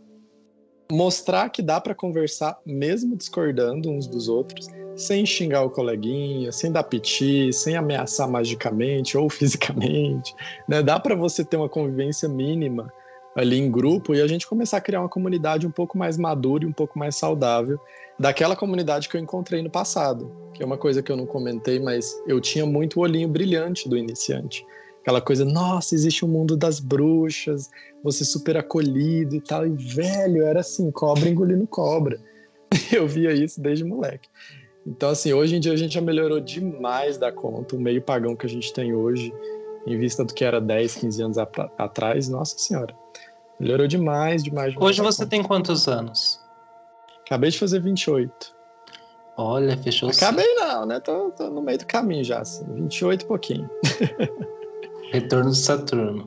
mostrar que dá para conversar mesmo discordando uns dos outros, sem xingar o coleguinha, sem dar piti, sem ameaçar magicamente ou fisicamente, né? Dá para você ter uma convivência mínima ali em grupo e a gente começar a criar uma comunidade um pouco mais madura e um pouco mais saudável daquela comunidade que eu encontrei no passado, que é uma coisa que eu não comentei, mas eu tinha muito o olhinho brilhante do iniciante. Aquela coisa, nossa, existe um mundo das bruxas, você super acolhido e tal. E, velho, era assim, cobra engolindo cobra. Eu via isso desde moleque. Então, assim, hoje em dia a gente já melhorou demais da conta. O meio pagão que a gente tem hoje, em vista do que era dez, quinze anos atrás, nossa senhora. Melhorou demais, demais, demais. Hoje você tem quantos anos? Acabei de fazer vinte e oito. Olha, fechou. Acabei sim. Não, né? Tô, tô no meio do caminho já, assim. vinte e oito e pouquinho. Retorno de Saturno.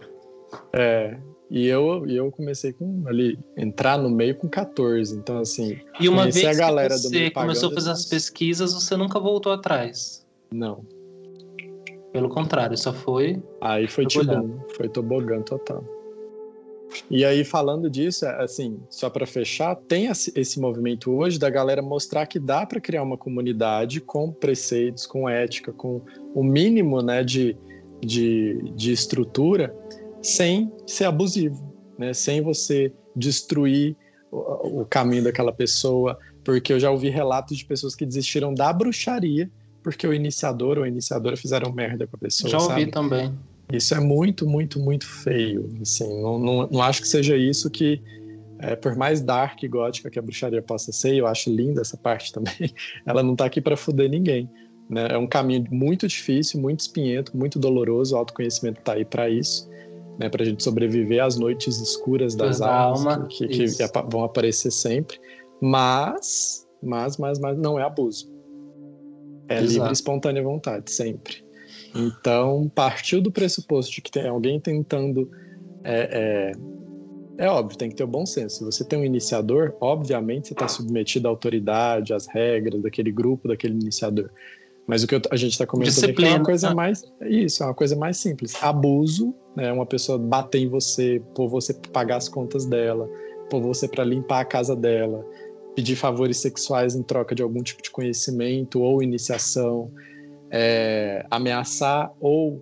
É, e eu, e eu comecei com ali, entrar no meio com catorze, então assim, e uma vez a galera que do meio você começou a fazer as pesquisas, você nunca voltou atrás? Não. Pelo contrário, só foi... Aí foi tibum, foi tobogã total. E aí, falando disso, assim, só para fechar, tem esse movimento hoje da galera mostrar que dá para criar uma comunidade com preceitos, com ética, com o mínimo, né, de, de, de estrutura, sem ser abusivo, né, sem você destruir o, o caminho daquela pessoa, porque eu já ouvi relatos de pessoas que desistiram da bruxaria porque o iniciador ou a iniciadora fizeram merda com a pessoa, já ouvi sabe? também. Isso é muito, muito, muito feio. Assim, não, não, não acho que seja isso que, é, por mais dark e gótica que a bruxaria possa ser, eu acho linda essa parte também, ela não tá aqui para foder ninguém, né? É um caminho muito difícil, muito espinhento, muito doloroso, o autoconhecimento tá aí para isso, né? Pra gente sobreviver às noites escuras das Da almas, alma, que, que, que vão aparecer sempre, mas, mas, mas, mas não é abuso. É Exato. Livre e espontânea vontade, sempre. Então, partiu do pressuposto de que tem alguém tentando... É, é, é óbvio, tem que ter o bom senso. Se você tem um iniciador, obviamente você está submetido à autoridade, às regras daquele grupo, daquele iniciador. Mas o que eu, a gente está comentando aqui é uma coisa mais... Isso, é uma coisa mais simples. Abuso, né? Uma pessoa bater em você, por você pagar as contas dela, por você para limpar a casa dela, pedir favores sexuais em troca de algum tipo de conhecimento ou iniciação, é, ameaçar ou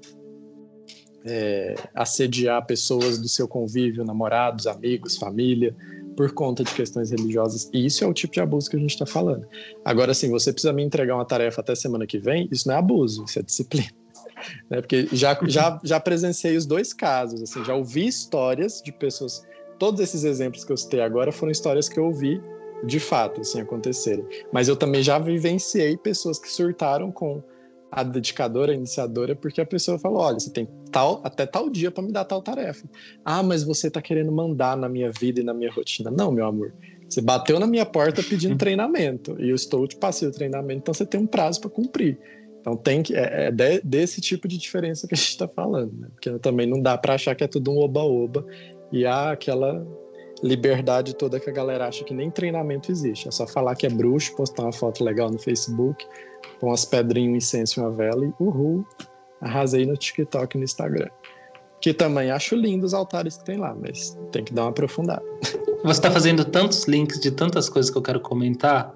é, assediar pessoas do seu convívio, namorados, amigos, família, por conta de questões religiosas. E isso é o tipo de abuso que a gente está falando. Agora, assim, você precisa me entregar uma tarefa até semana que vem, isso não é abuso, isso é disciplina. Né? Porque já, já, já presenciei os dois casos, assim, já ouvi histórias de pessoas... Todos esses exemplos que eu citei agora foram histórias que eu ouvi de fato, assim, acontecerem. Mas eu também já vivenciei pessoas que surtaram com a dedicadora, a iniciadora, porque a pessoa falou, olha, você tem tal, até tal dia para me dar tal tarefa. Ah, mas você tá querendo mandar na minha vida e na minha rotina. Não, meu amor. Você bateu na minha porta pedindo treinamento e eu estou te passando o treinamento, então você tem um prazo para cumprir. Então tem que, é, é de, desse tipo de diferença que a gente está falando, né? Porque também não dá para achar que é tudo um oba-oba e há aquela liberdade toda que a galera acha que nem treinamento existe. É só falar que é bruxo, postar uma foto legal no Facebook, com umas pedrinhas, um incenso e uma vela e uhul, arrasei no TikTok e no Instagram. Que também acho lindo os altares que tem lá, mas tem que dar uma aprofundada. Você está fazendo tantos links de tantas coisas que eu quero comentar.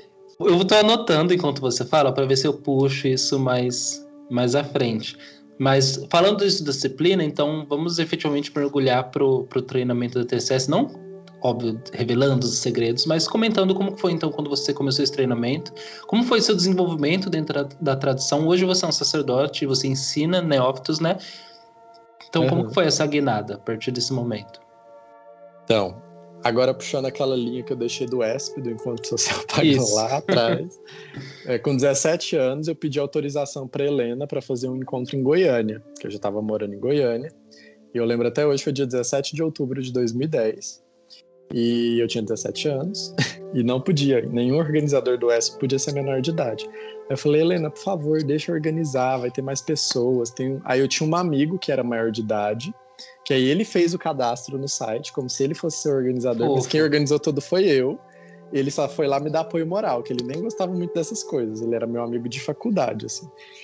Eu estou anotando enquanto você fala para ver se eu puxo isso mais, mais à frente. Mas falando disso da disciplina, então vamos efetivamente mergulhar para o treinamento da T C S, não, óbvio, revelando os segredos, mas comentando como foi então quando você começou esse treinamento, como foi seu desenvolvimento dentro da, da tradição. Hoje você é um sacerdote e você ensina neófitos, né? Então uhum. Como foi essa guinada a partir desse momento? Então, agora puxando aquela linha que eu deixei do E S P, do Encontro Social Pagão lá atrás, é, com dezessete anos eu pedi autorização para Helena para fazer um encontro em Goiânia, que eu já estava morando em Goiânia, e eu lembro até hoje, foi dia dezessete de outubro de dois mil e dez, e eu tinha dezessete anos, e não podia, nenhum organizador do E S P podia ser menor de idade. Eu falei, Helena, por favor, deixa eu organizar, vai ter mais pessoas. Tem... Aí eu tinha um amigo que era maior de idade, que aí ele fez o cadastro no site, como se ele fosse ser organizador, Ufa. Mas quem organizou tudo foi eu. Ele só foi lá me dar apoio moral, que ele nem gostava muito dessas coisas. Ele era meu amigo de faculdade, assim.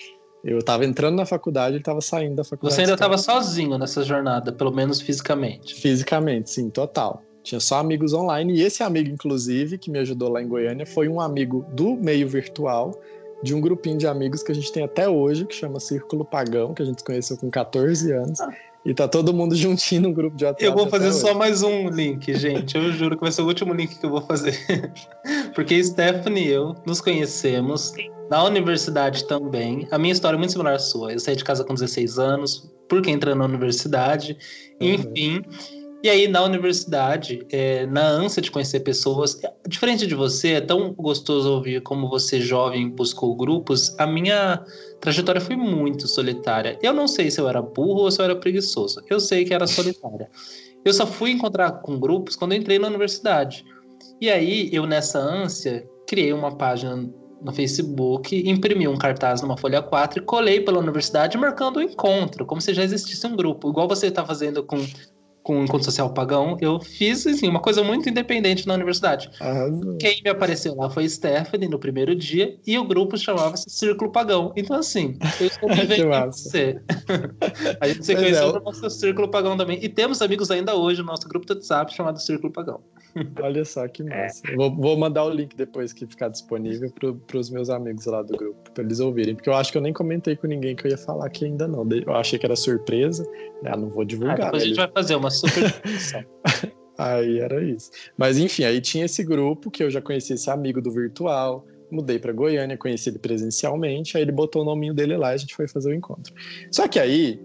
Eu tava entrando na faculdade, ele tava saindo da faculdade. Você ainda estava sozinho nessa jornada, pelo menos fisicamente? Fisicamente, sim, total. Tinha só amigos online, e esse amigo, inclusive, que me ajudou lá em Goiânia, foi um amigo do meio virtual, de um grupinho de amigos que a gente tem até hoje, que chama Círculo Pagão, que a gente se conheceu com catorze anos. E tá todo mundo juntinho no grupo de WhatsApp. Eu vou fazer só mais um link, gente. Eu juro que vai ser o último link que eu vou fazer. Porque Stephanie e eu nos conhecemos na universidade também. A minha história é muito similar à sua. Eu saí de casa com dezesseis anos, porque entrei na universidade. Enfim. Uhum. E aí, na universidade, é, na ânsia de conhecer pessoas, diferente de você, é tão gostoso ouvir como você, jovem, buscou grupos. A minha trajetória foi muito solitária. Eu não sei se eu era burro ou se eu era preguiçoso. Eu sei que era solitária. Eu só fui encontrar com grupos quando eu entrei na universidade. E aí, eu, nessa ânsia, criei uma página no Facebook, imprimi um cartaz numa folha quatro e colei pela universidade marcando o encontro, como se já existisse um grupo. Igual você está fazendo com... com o Encontro Social Pagão, eu fiz assim, uma coisa muito independente na universidade. Ah, Quem me apareceu lá foi Stephanie no primeiro dia e o grupo chamava-se Círculo Pagão. Então, assim, eu estou me vendo em você. A gente se Pois conheceu é, no nosso Círculo Pagão também. E temos amigos ainda hoje no nosso grupo do WhatsApp chamado Círculo Pagão. Olha só que massa. Vou, vou mandar o link depois que ficar disponível para os meus amigos lá do grupo, para eles ouvirem. Porque eu acho que eu nem comentei com ninguém que eu ia falar aqui ainda não. Eu achei que era surpresa. Ah, não vou divulgar. Ah, depois né? a gente vai fazer uma super divulgação. Aí era isso. Mas enfim, aí tinha esse grupo que eu já conhecia esse amigo do virtual. Mudei para Goiânia, conheci ele presencialmente. Aí ele botou o nominho dele lá e a gente foi fazer o encontro. Só que aí,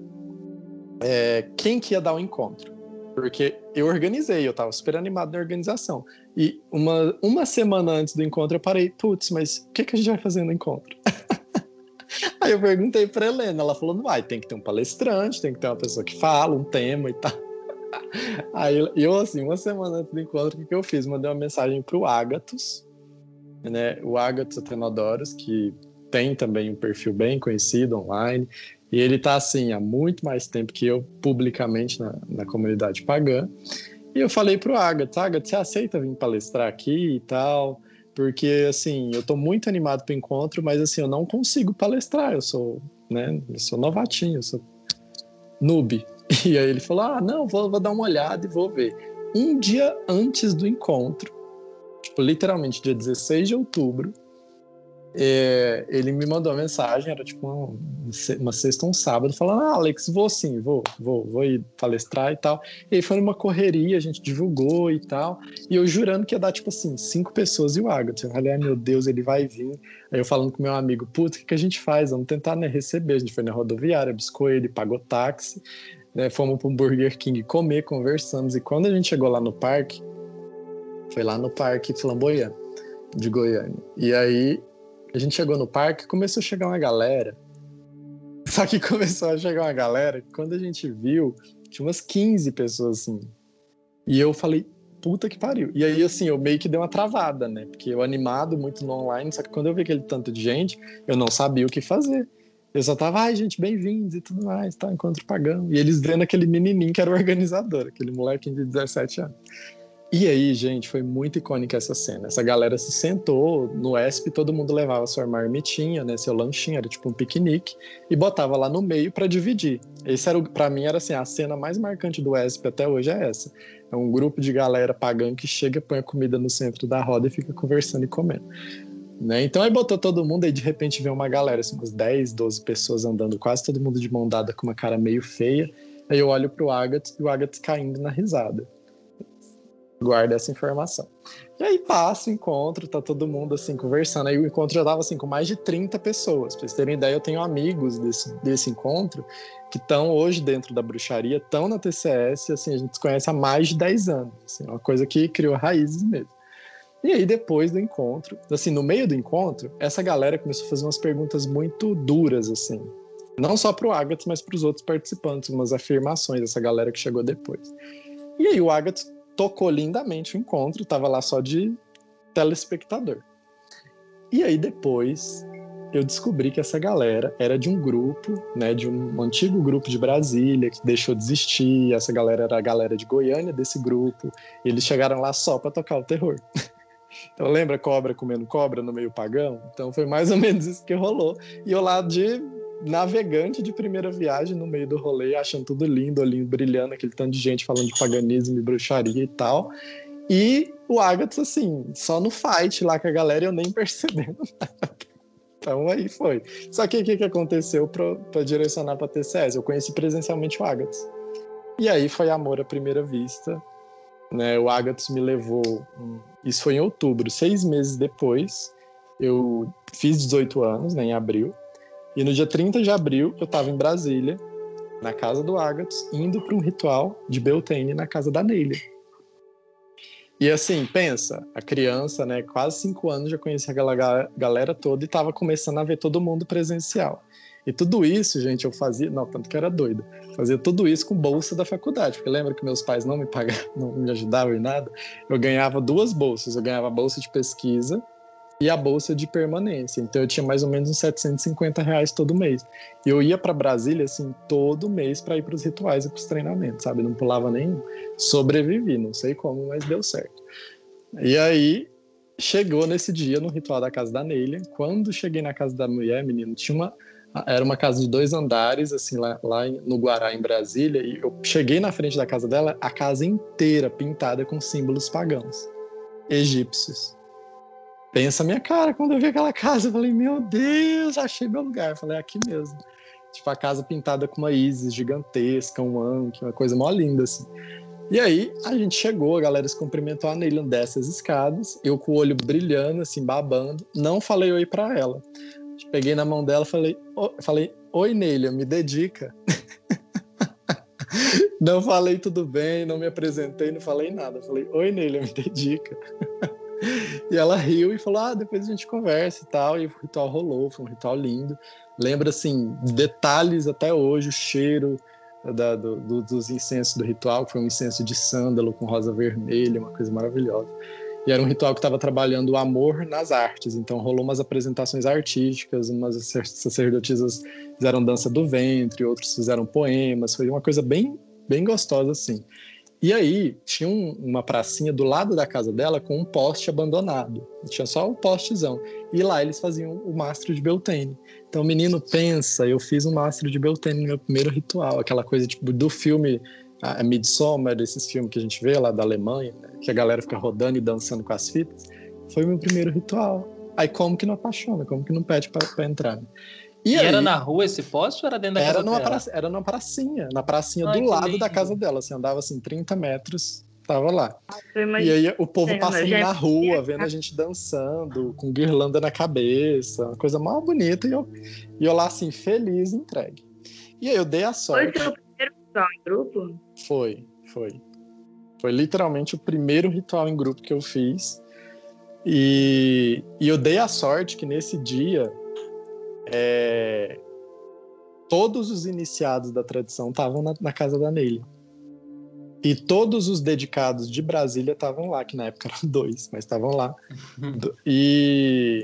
é, quem que ia dar o encontro? Porque eu organizei, eu tava super animado na organização. E uma, uma semana antes do encontro eu parei, putz, mas o que, que a gente vai fazer no encontro? Aí eu perguntei pra Helena, ela falou, não vai, tem que ter um palestrante, tem que ter uma pessoa que fala, um tema e tal. Aí eu, assim, uma semana antes do encontro, o que, que eu fiz? Mandei uma mensagem pro Agathos, né? O Agathos Atenodorus, que tem também um perfil bem conhecido online. E ele tá assim há muito mais tempo que eu, publicamente, na, na comunidade pagã. E eu falei pro Agathos, Agathos, você aceita vir palestrar aqui e tal? Porque, assim, eu tô muito animado pro encontro, mas, assim, eu não consigo palestrar. Eu sou, né, eu sou novatinho, eu sou noob. E aí ele falou, ah, não, vou, vou dar uma olhada e vou ver. Um dia antes do encontro, tipo, literalmente dia dezesseis de outubro, É, ele me mandou uma mensagem, era tipo uma, uma sexta ou um sábado, falando, ah, Alex, vou sim, vou, vou, vou ir palestrar e tal. E aí foi numa correria, a gente divulgou e tal, e eu jurando que ia dar, tipo assim, cinco pessoas e o Agathos. Eu falei, ai meu Deus, ele vai vir. Aí eu falando com meu amigo, putz, o que, que a gente faz? Vamos tentar, né, receber. A gente foi na rodoviária, buscou ele, pagou táxi, né, fomos para um Burger King comer, conversamos, e quando a gente chegou lá no parque, foi lá no Parque Flamboyant, de Goiânia. E aí a gente chegou no parque, começou a chegar uma galera. Só que começou a chegar uma galera, quando a gente viu, tinha umas quinze pessoas assim. E eu falei, puta que pariu. E aí, assim, eu meio que dei uma travada, né? Porque eu animado muito no online, só que quando eu vi aquele tanto de gente, eu não sabia o que fazer. Eu só tava, ai, gente, bem-vindos e tudo mais, tá? Encontro pagão. E eles vendo aquele menininho que era o organizador, aquele molequinho de dezessete anos. E aí, gente, foi muito icônica essa cena. Essa galera se sentou no E S P, todo mundo levava sua marmitinha, né, seu lanchinho, era tipo um piquenique, e botava lá no meio para dividir. Esse era, para mim, era assim, a cena mais marcante do E S P até hoje é essa. É um grupo de galera pagã que chega, põe a comida no centro da roda e fica conversando e comendo. Né? Então aí botou todo mundo, aí de repente vem uma galera, assim, umas dez, doze pessoas andando, quase todo mundo de mão dada com uma cara meio feia. Aí eu olho pro Agathos e o Agathos caindo na risada. Guarda essa informação. E aí passa o encontro, tá todo mundo assim conversando. Aí o encontro já tava assim com mais de trinta pessoas. Pra vocês terem ideia, eu tenho amigos desse, desse encontro que estão hoje dentro da bruxaria, estão na T C S, assim, a gente se conhece há mais de dez anos. Assim, uma coisa que criou raízes mesmo. E aí depois do encontro, assim, no meio do encontro, essa galera começou a fazer umas perguntas muito duras, assim. Não só pro Agathos, mas pros outros participantes, umas afirmações dessa galera que chegou depois. E aí o Agathos tocou lindamente o encontro, tava lá só de telespectador. E aí depois eu descobri que essa galera era de um grupo, né, de um antigo grupo de Brasília, que deixou de existir. Essa galera era a galera de Goiânia desse grupo, e eles chegaram lá só para tocar o terror. Então lembra cobra comendo cobra no meio pagão? Então foi mais ou menos isso que rolou. E eu lá de navegante de primeira viagem no meio do rolê, achando tudo lindo, olhinho brilhando, aquele tanto de gente falando de paganismo e bruxaria e tal. E o Agathos, assim, só no fight lá com a galera, eu nem percebendo nada. Então aí foi. Só que o que, que aconteceu para direcionar para T C S? Eu conheci presencialmente o Agathos. E aí foi amor à primeira vista. Né? O Agathos me levou... Isso foi em outubro, seis meses depois. Eu fiz dezoito anos, né, em abril. E no dia trinta de abril, eu estava em Brasília, na casa do Agathos, indo para um ritual de Beltane na casa da Neila. E assim, pensa, a criança, né, quase cinco anos, já conhecia aquela galera toda e estava começando a ver todo mundo presencial. E tudo isso, gente, eu fazia... Não, tanto que era doido. Fazia tudo isso com bolsa da faculdade. Porque lembra que meus pais não me pagavam, não me ajudavam em nada? Eu ganhava duas bolsas. Eu ganhava a bolsa de pesquisa e a bolsa de permanência. Então eu tinha mais ou menos uns setecentos e cinquenta reais todo mês. E eu ia para Brasília, assim, todo mês para ir para os rituais e para os treinamentos, sabe? Não pulava nenhum. Sobrevivi, não sei como, mas deu certo. E aí, chegou nesse dia no ritual da casa da Neila. Quando cheguei na casa da mulher, menino, tinha uma... Era uma casa de dois andares, assim, lá, lá no Guará, em Brasília. E eu cheguei na frente da casa dela, a casa inteira pintada com símbolos pagãos, egípcios. Pensa a minha cara, quando eu vi aquela casa, eu falei, meu Deus, achei meu lugar. Eu falei, é aqui mesmo. Tipo, a casa pintada com uma Isis gigantesca, um Ankh, uma coisa mó linda, assim. E aí, a gente chegou, a galera se cumprimentou, a Neila desce as escadas, eu com o olho brilhando, assim, babando, não falei oi pra ela. Peguei na mão dela e falei, oh, falei, oi, Neila, me dedica. Não falei tudo bem, não me apresentei, não falei nada. Falei, oi, Neila, me dedica. E ela riu e falou, ah, depois a gente conversa e tal. E o ritual rolou, foi um ritual lindo. Lembra, assim, detalhes até hoje, o cheiro da, do, do, dos incensos do ritual, que foi um incenso de sândalo com rosa vermelha, uma coisa maravilhosa. E era um ritual que estava trabalhando o amor nas artes. Então rolou umas apresentações artísticas, umas sacerdotisas fizeram dança do ventre, outros fizeram poemas. Foi uma coisa bem, bem gostosa, assim. E aí, tinha um, uma pracinha do lado da casa dela com um poste abandonado. Tinha só um postezão. E lá eles faziam o mastro de Beltane. Então, menino, pensa, eu fiz um mastro de Beltane no meu primeiro ritual. Aquela coisa tipo do filme a Midsommar, desses filmes que a gente vê lá da Alemanha, né? Que a galera fica rodando e dançando com as fitas. Foi o meu primeiro ritual. Aí como que não apaixona? Como que não pede pra, pra entrar? Né? E, e aí, era na rua esse poste ou era dentro da era casa numa dela? Praça, era numa pracinha, na pracinha Ai, do lado lindo. Da casa dela. Você andava assim trinta metros, tava lá. E aí o povo passando na rua, vendo a gente dançando, com guirlanda na cabeça, uma coisa mal bonita. E eu, e eu lá assim, feliz, entregue. E aí eu dei a sorte. Foi o seu primeiro ritual em grupo? Foi, foi. Foi literalmente o primeiro ritual em grupo que eu fiz. E, e eu dei a sorte que nesse dia... É, todos os iniciados da tradição estavam na, na casa da Neila. E todos os dedicados de Brasília estavam lá, que na época eram dois, mas estavam lá. E,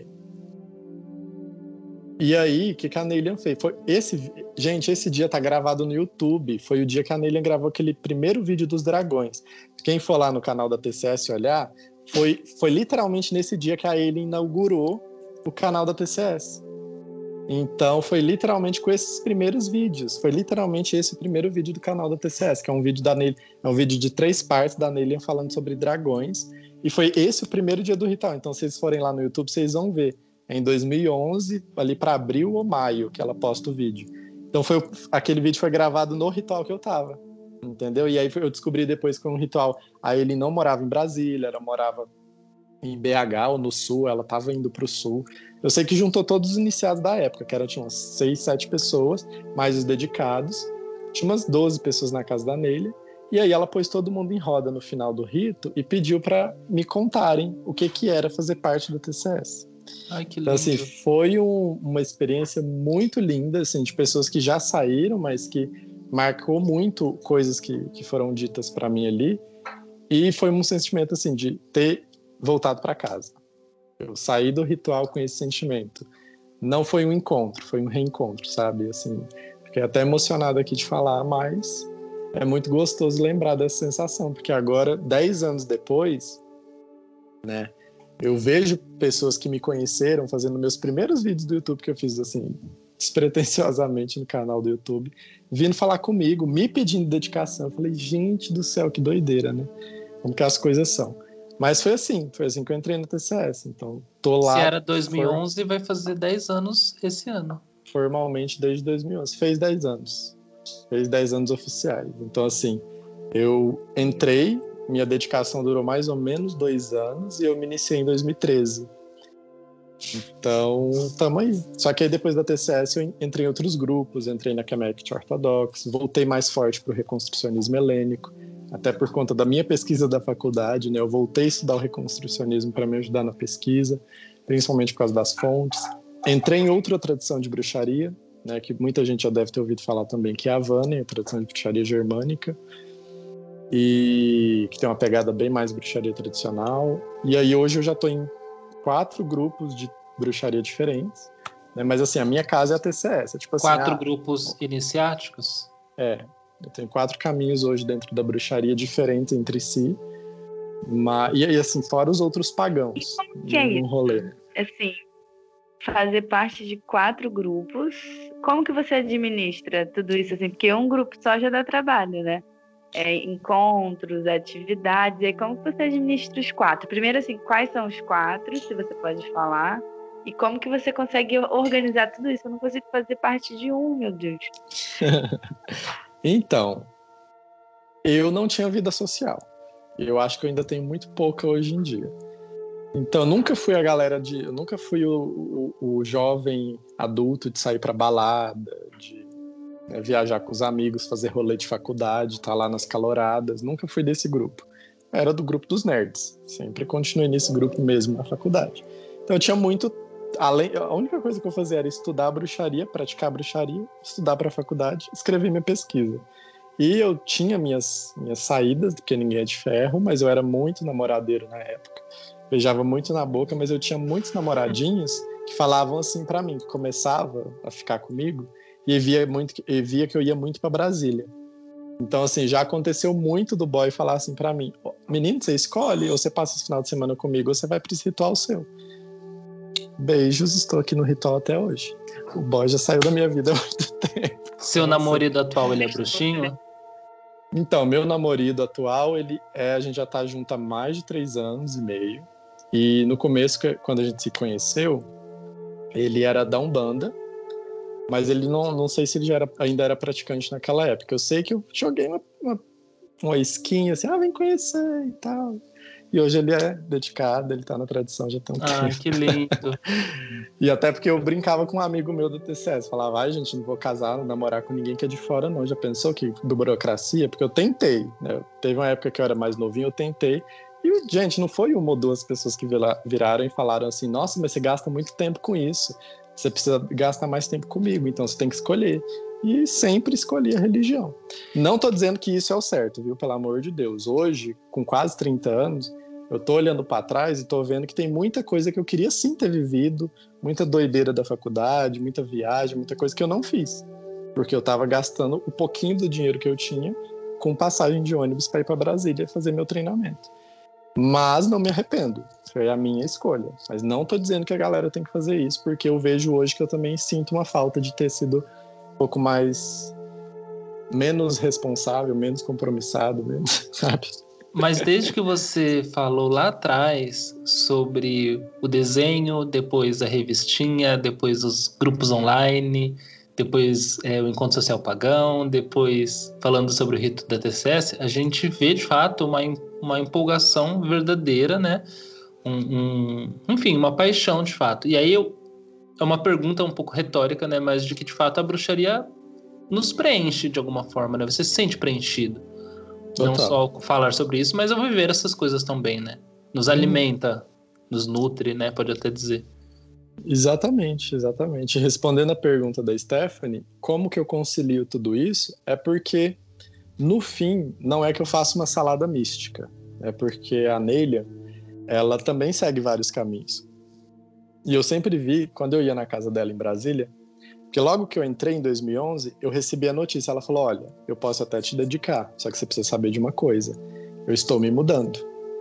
e aí, o que, que a Neila fez? Foi esse, gente, esse dia tá gravado no YouTube. Foi o dia que a Neila gravou aquele primeiro vídeo dos dragões. Quem for lá no canal da T C S olhar, foi, foi literalmente nesse dia que a Neila inaugurou o canal da T C S. Então, foi literalmente com esses primeiros vídeos. Foi literalmente esse o primeiro vídeo do canal da T C S, que é um vídeo da Neila, é um vídeo de três partes da Neila falando sobre dragões. E foi esse o primeiro dia do ritual. Então, se vocês forem lá no YouTube, vocês vão ver. É em dois mil e onze, ali para abril ou maio, que ela posta o vídeo. Então, foi, aquele vídeo foi gravado no ritual que eu tava. Entendeu? E aí eu descobri depois que foi um ritual. Aí ele não morava em Brasília, ela morava em B H ou no sul, ela tava indo pro sul. Eu sei que juntou todos os iniciados da época, que eram, tinha umas seis, sete pessoas, mais os dedicados. Tinha umas doze pessoas na casa da Neila. E aí ela pôs todo mundo em roda no final do rito e pediu para me contarem o que, que era fazer parte do T C S. Ai, que lindo. Então, assim, foi um, uma experiência muito linda, assim, de pessoas que já saíram, mas que marcou muito coisas que, que foram ditas para mim ali. E foi um sentimento, assim, de ter voltado para casa. Eu saí do ritual com esse sentimento. Não foi um encontro, foi um reencontro, sabe? Assim, fiquei até emocionado aqui de falar, mas é muito gostoso lembrar dessa sensação, porque agora, dez anos depois, né, eu vejo pessoas que me conheceram fazendo meus primeiros vídeos do YouTube que eu fiz, assim, despretensiosamente no canal do YouTube, vindo falar comigo, me pedindo dedicação. Eu falei, gente do céu, que doideira, né? Como que as coisas são. Mas foi assim, foi assim que eu entrei no T C S, então tô lá... Se era dois mil e onze, for... vai fazer dez anos esse ano. Formalmente desde dois mil e onze, fez dez anos, fez dez anos oficiais. Então assim, eu entrei, minha dedicação durou mais ou menos dois anos e eu me iniciei em dois mil e treze. Então, tamo aí. Só que aí depois da T C S eu entrei em outros grupos, entrei na Kemet Orthodox, voltei mais forte pro reconstrucionismo helênico, até por conta da minha pesquisa da faculdade, né? Eu voltei a estudar o reconstrucionismo para me ajudar na pesquisa, principalmente por causa das fontes. Entrei em outra tradição de bruxaria, né? Que muita gente já deve ter ouvido falar também, que é a Vânia, a tradição de bruxaria germânica, e que tem uma pegada bem mais bruxaria tradicional. E aí hoje eu já estou em quatro grupos de bruxaria diferentes, né? Mas assim, a minha casa é a T C S. É tipo assim, Quatro ah, grupos iniciáticos? É, eu tenho quatro caminhos hoje dentro da bruxaria diferentes entre si. Mas, e, e assim, fora os outros pagãos. E como que é isso? Rolê. Assim, fazer parte de quatro grupos, como que você administra tudo isso? Assim, porque um grupo só já dá trabalho, né? É, encontros, atividades, e aí como que você administra os quatro? Primeiro, assim, quais são os quatro, se você pode falar, e como que você consegue organizar tudo isso? Eu não consigo fazer parte de um, meu Deus. Então, eu não tinha vida social. Eu acho que eu ainda tenho muito pouca hoje em dia. Então, eu nunca fui a galera de... Eu nunca fui o, o, o jovem adulto de sair pra balada, de, né, viajar com os amigos, fazer rolê de faculdade, estar lá nas caloradas. Nunca fui desse grupo. Eu era do grupo dos nerds. Sempre continuei nesse grupo mesmo na faculdade. Então, eu tinha muito... Além, a única coisa que eu fazia era estudar bruxaria, praticar bruxaria, estudar pra faculdade, escrever minha pesquisa. E eu tinha minhas, minhas saídas, porque ninguém é de ferro, mas eu era muito namoradeiro na época. Beijava muito na boca, mas eu tinha muitos namoradinhos que falavam assim pra mim, que começava a ficar comigo e via, muito, e via que eu ia muito pra Brasília. Então, assim, já aconteceu muito do boy falar assim pra mim, menino, você escolhe, ou você passa esse final de semana comigo, ou você vai pra esse ritual seu. Beijos, estou aqui no ritual até hoje. O boy já saiu da minha vida há muito tempo. Seu namorado atual, ele é bruxinho? Então, meu namorado atual, ele é, a gente já tá junto há mais de três anos e meio. E no começo, quando a gente se conheceu, ele era da Umbanda, mas ele não, não sei se ele já era, ainda era praticante naquela época. Eu sei que eu joguei uma, uma, uma skin assim, ah, vem conhecer e tal. E hoje ele é dedicado, ele tá na tradição já tem um Ah, tempo. que lindo. E até porque eu brincava com um amigo meu do T C S, falava, ai, gente, não vou casar, não namorar com ninguém que é de fora, não. Já pensou que do burocracia? Porque eu tentei, né? Teve uma época que eu era mais novinho, eu tentei. E, gente, não foi uma ou duas pessoas que viraram e falaram assim, nossa, mas você gasta muito tempo com isso. Você precisa gastar mais tempo comigo, então você tem que escolher. E sempre escolhi a religião. Não tô dizendo que isso é o certo, viu? Pelo amor de Deus. Hoje, com quase trinta anos, eu tô olhando para trás e tô vendo que tem muita coisa que eu queria sim ter vivido, muita doideira da faculdade, muita viagem, muita coisa que eu não fiz. Porque eu tava gastando o pouquinho do dinheiro que eu tinha com passagem de ônibus para ir para Brasília fazer meu treinamento. Mas não me arrependo. Foi a minha escolha. Mas não tô dizendo que a galera tem que fazer isso, porque eu vejo hoje que eu também sinto uma falta de ter sido um pouco mais... menos responsável, menos compromissado, menos, sabe? Mas desde que você falou lá atrás sobre o desenho, depois a revistinha, depois os grupos online, depois é, o encontro social pagão, depois falando sobre o rito da T C S, a gente vê de fato uma, uma empolgação verdadeira, né? Um, um, enfim, uma paixão de fato. E aí eu, é uma pergunta um pouco retórica, né? Mas de que de fato a bruxaria nos preenche de alguma forma, né? Você se sente preenchido. Total. Não só falar sobre isso, mas ao viver essas coisas também, né? Nos alimenta, hum. nos nutre, né? Pode até dizer. Exatamente, exatamente. Respondendo a pergunta da Stephanie, como que eu concilio tudo isso? É porque, no fim, não é que eu faço uma salada mística. É porque a Nelia, ela também segue vários caminhos. E eu sempre vi, quando eu ia na casa dela em Brasília, porque logo que eu entrei em dois mil e onze, eu recebi a notícia. Ela falou, olha, eu posso até te dedicar, só que você precisa saber de uma coisa. Eu estou me mudando.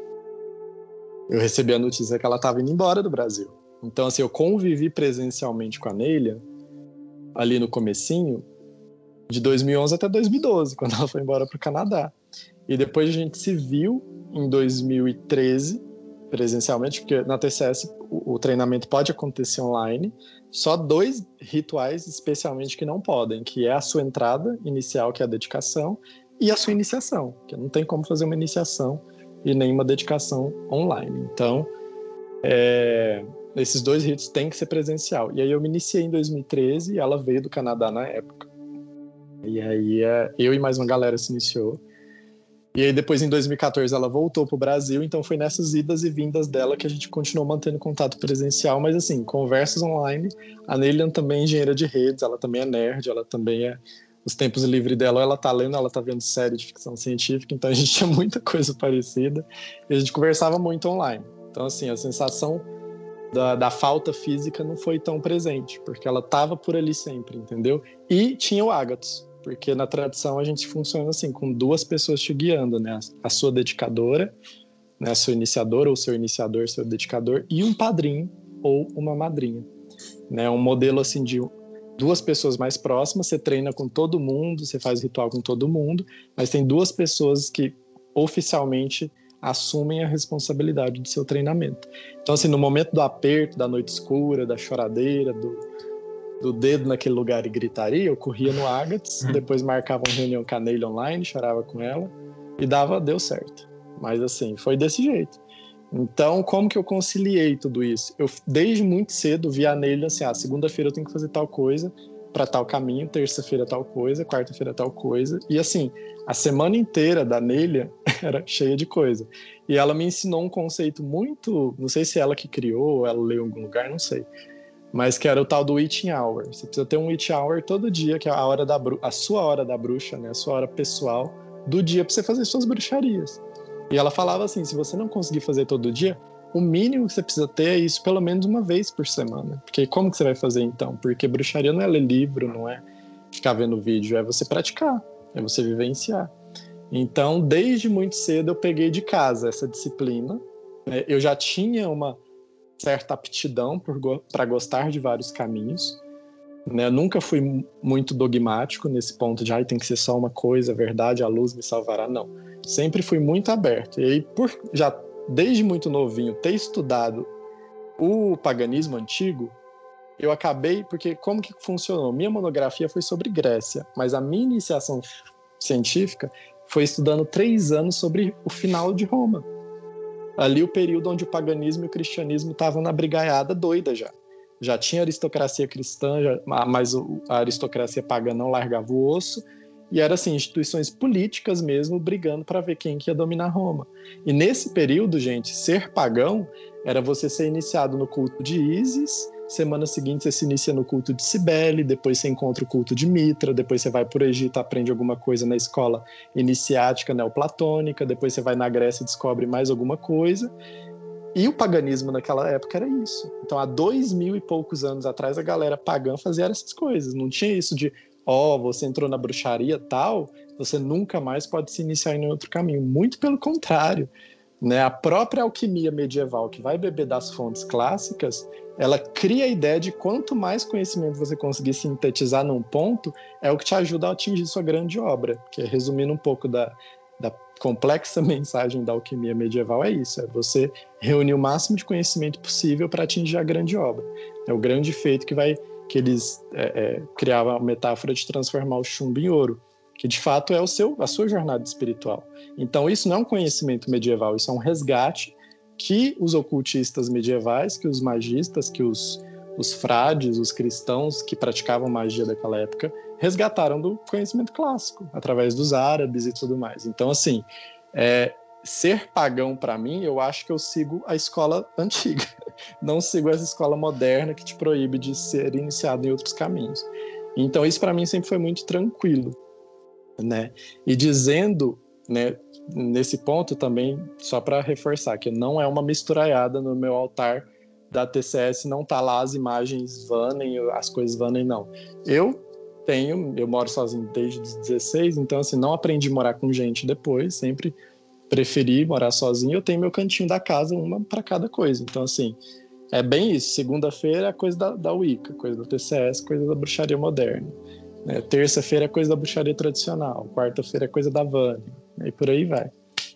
Eu recebi a notícia que ela estava indo embora do Brasil. Então, assim, eu convivi presencialmente com a Nelia, ali no comecinho, de dois mil e onze até dois mil e doze, quando ela foi embora para o Canadá. E depois a gente se viu em dois mil e treze, presencialmente, porque na T C S o, o treinamento pode acontecer online, só dois rituais especialmente que não podem, que é a sua entrada inicial, que é a dedicação, e a sua iniciação, que não tem como fazer uma iniciação e nenhuma dedicação online. Então, é, esses dois ritos têm que ser presencial. E aí eu me iniciei em dois mil e treze e ela veio do Canadá na época. E aí é, eu e mais uma galera se iniciou. E aí depois, em dois mil e catorze, ela voltou pro Brasil, então foi nessas idas e vindas dela que a gente continuou mantendo contato presencial, mas assim, conversas online. A Neilian também é engenheira de redes, ela também é nerd, ela também é... Os tempos livres dela, ela tá lendo, ela tá vendo série de ficção científica, então a gente tinha muita coisa parecida, e a gente conversava muito online. Então assim, a sensação da, da falta física não foi tão presente, porque ela estava por ali sempre, entendeu? E tinha o ágatos, porque na tradição a gente funciona assim, com duas pessoas te guiando, né? A sua dedicadora, né? A sua iniciadora ou seu iniciador, seu dedicador, e um padrinho ou uma madrinha, né? Um modelo assim de duas pessoas mais próximas, você treina com todo mundo, você faz ritual com todo mundo, mas tem duas pessoas que oficialmente assumem a responsabilidade do seu treinamento. Então, assim, no momento do aperto, da noite escura, da choradeira, do, do dedo naquele lugar e gritaria, eu corria no Agates, uhum. Depois marcava uma reunião com a Neile online, chorava com ela e dava, deu certo. Mas, assim, foi desse jeito. Então, como que eu conciliei tudo isso? Eu, desde muito cedo, vi a Neile assim, ah, segunda-feira eu tenho que fazer tal coisa, para tal caminho, terça-feira tal coisa, quarta-feira tal coisa. E assim, a semana inteira da Neile era cheia de coisa. E ela me ensinou um conceito muito, não sei se ela que criou, ou ela leu em algum lugar, não sei. Mas que era o tal do witching hour. Você precisa ter um witching hour todo dia, que é a hora da bru- a sua hora da bruxa, né? A sua hora pessoal do dia para você fazer suas bruxarias. E ela falava assim, se você não conseguir fazer todo dia, o mínimo que você precisa ter é isso pelo menos uma vez por semana. Porque como que você vai fazer então? Porque bruxaria não é ler livro, não é ficar vendo vídeo, é você praticar, é você vivenciar. Então, desde muito cedo eu peguei de casa essa disciplina. Né? Eu já tinha uma certa aptidão para gostar de vários caminhos. Né? Eu nunca fui muito dogmático nesse ponto de ah, tem que ser só uma coisa, a verdade, a luz me salvará. Não. Sempre fui muito aberto. E aí, por já desde muito novinho, ter estudado o paganismo antigo, eu acabei, porque como que funcionou? Minha monografia foi sobre Grécia, mas a minha iniciação científica foi estudando três anos sobre o final de Roma. Ali o período onde o paganismo e o cristianismo estavam na brigaiada doida já. Já tinha aristocracia cristã, já, mas a aristocracia pagã não largava o osso, e era assim, instituições políticas mesmo brigando para ver quem que ia dominar Roma. E nesse período, gente, ser pagão era você ser iniciado no culto de Ísis, semana seguinte você se inicia no culto de Cibele, depois você encontra o culto de Mitra, depois você vai para o Egito, aprende alguma coisa na escola iniciática neoplatônica, depois você vai na Grécia e descobre mais alguma coisa. E o paganismo naquela época era isso. Então, há dois mil e poucos anos atrás, a galera pagã fazia essas coisas. Não tinha isso de ó, oh, você entrou na bruxaria tal, você nunca mais pode se iniciar em outro caminho. Muito pelo contrário, né? A própria alquimia medieval, que vai beber das fontes clássicas, ela cria a ideia de quanto mais conhecimento você conseguir sintetizar num ponto, é o que te ajuda a atingir sua grande obra. Que, resumindo um pouco da, da complexa mensagem da alquimia medieval, é isso, é você reunir o máximo de conhecimento possível para atingir a grande obra. É o grande feito que vai... que eles é, é, criavam a metáfora de transformar o chumbo em ouro, que de fato é o seu, a sua jornada espiritual. Então isso não é um conhecimento medieval, isso é um resgate que os ocultistas medievais, que os magistas, que os, os frades, os cristãos que praticavam magia daquela época, resgataram do conhecimento clássico, através dos árabes e tudo mais. Então, assim, é, ser pagão para mim, eu acho que eu sigo a escola antiga. Não sigo essa escola moderna que te proíbe de ser iniciado em outros caminhos. Então isso para mim sempre foi muito tranquilo, né? E dizendo, né, nesse ponto também, só para reforçar, que não é uma misturaiada no meu altar da T C S, não tá lá as imagens vanem, as coisas vanem, não. Eu tenho, eu moro sozinho desde os dezesseis, então assim, não aprendi a morar com gente depois, sempre preferi morar sozinho, eu tenho meu cantinho da casa, uma para cada coisa. Então, assim, é bem isso. Segunda-feira é coisa da, da Wicca, coisa da T C S, coisa da bruxaria moderna. Né? Terça-feira é coisa da bruxaria tradicional. Quarta-feira é coisa da Vânia. E por aí vai.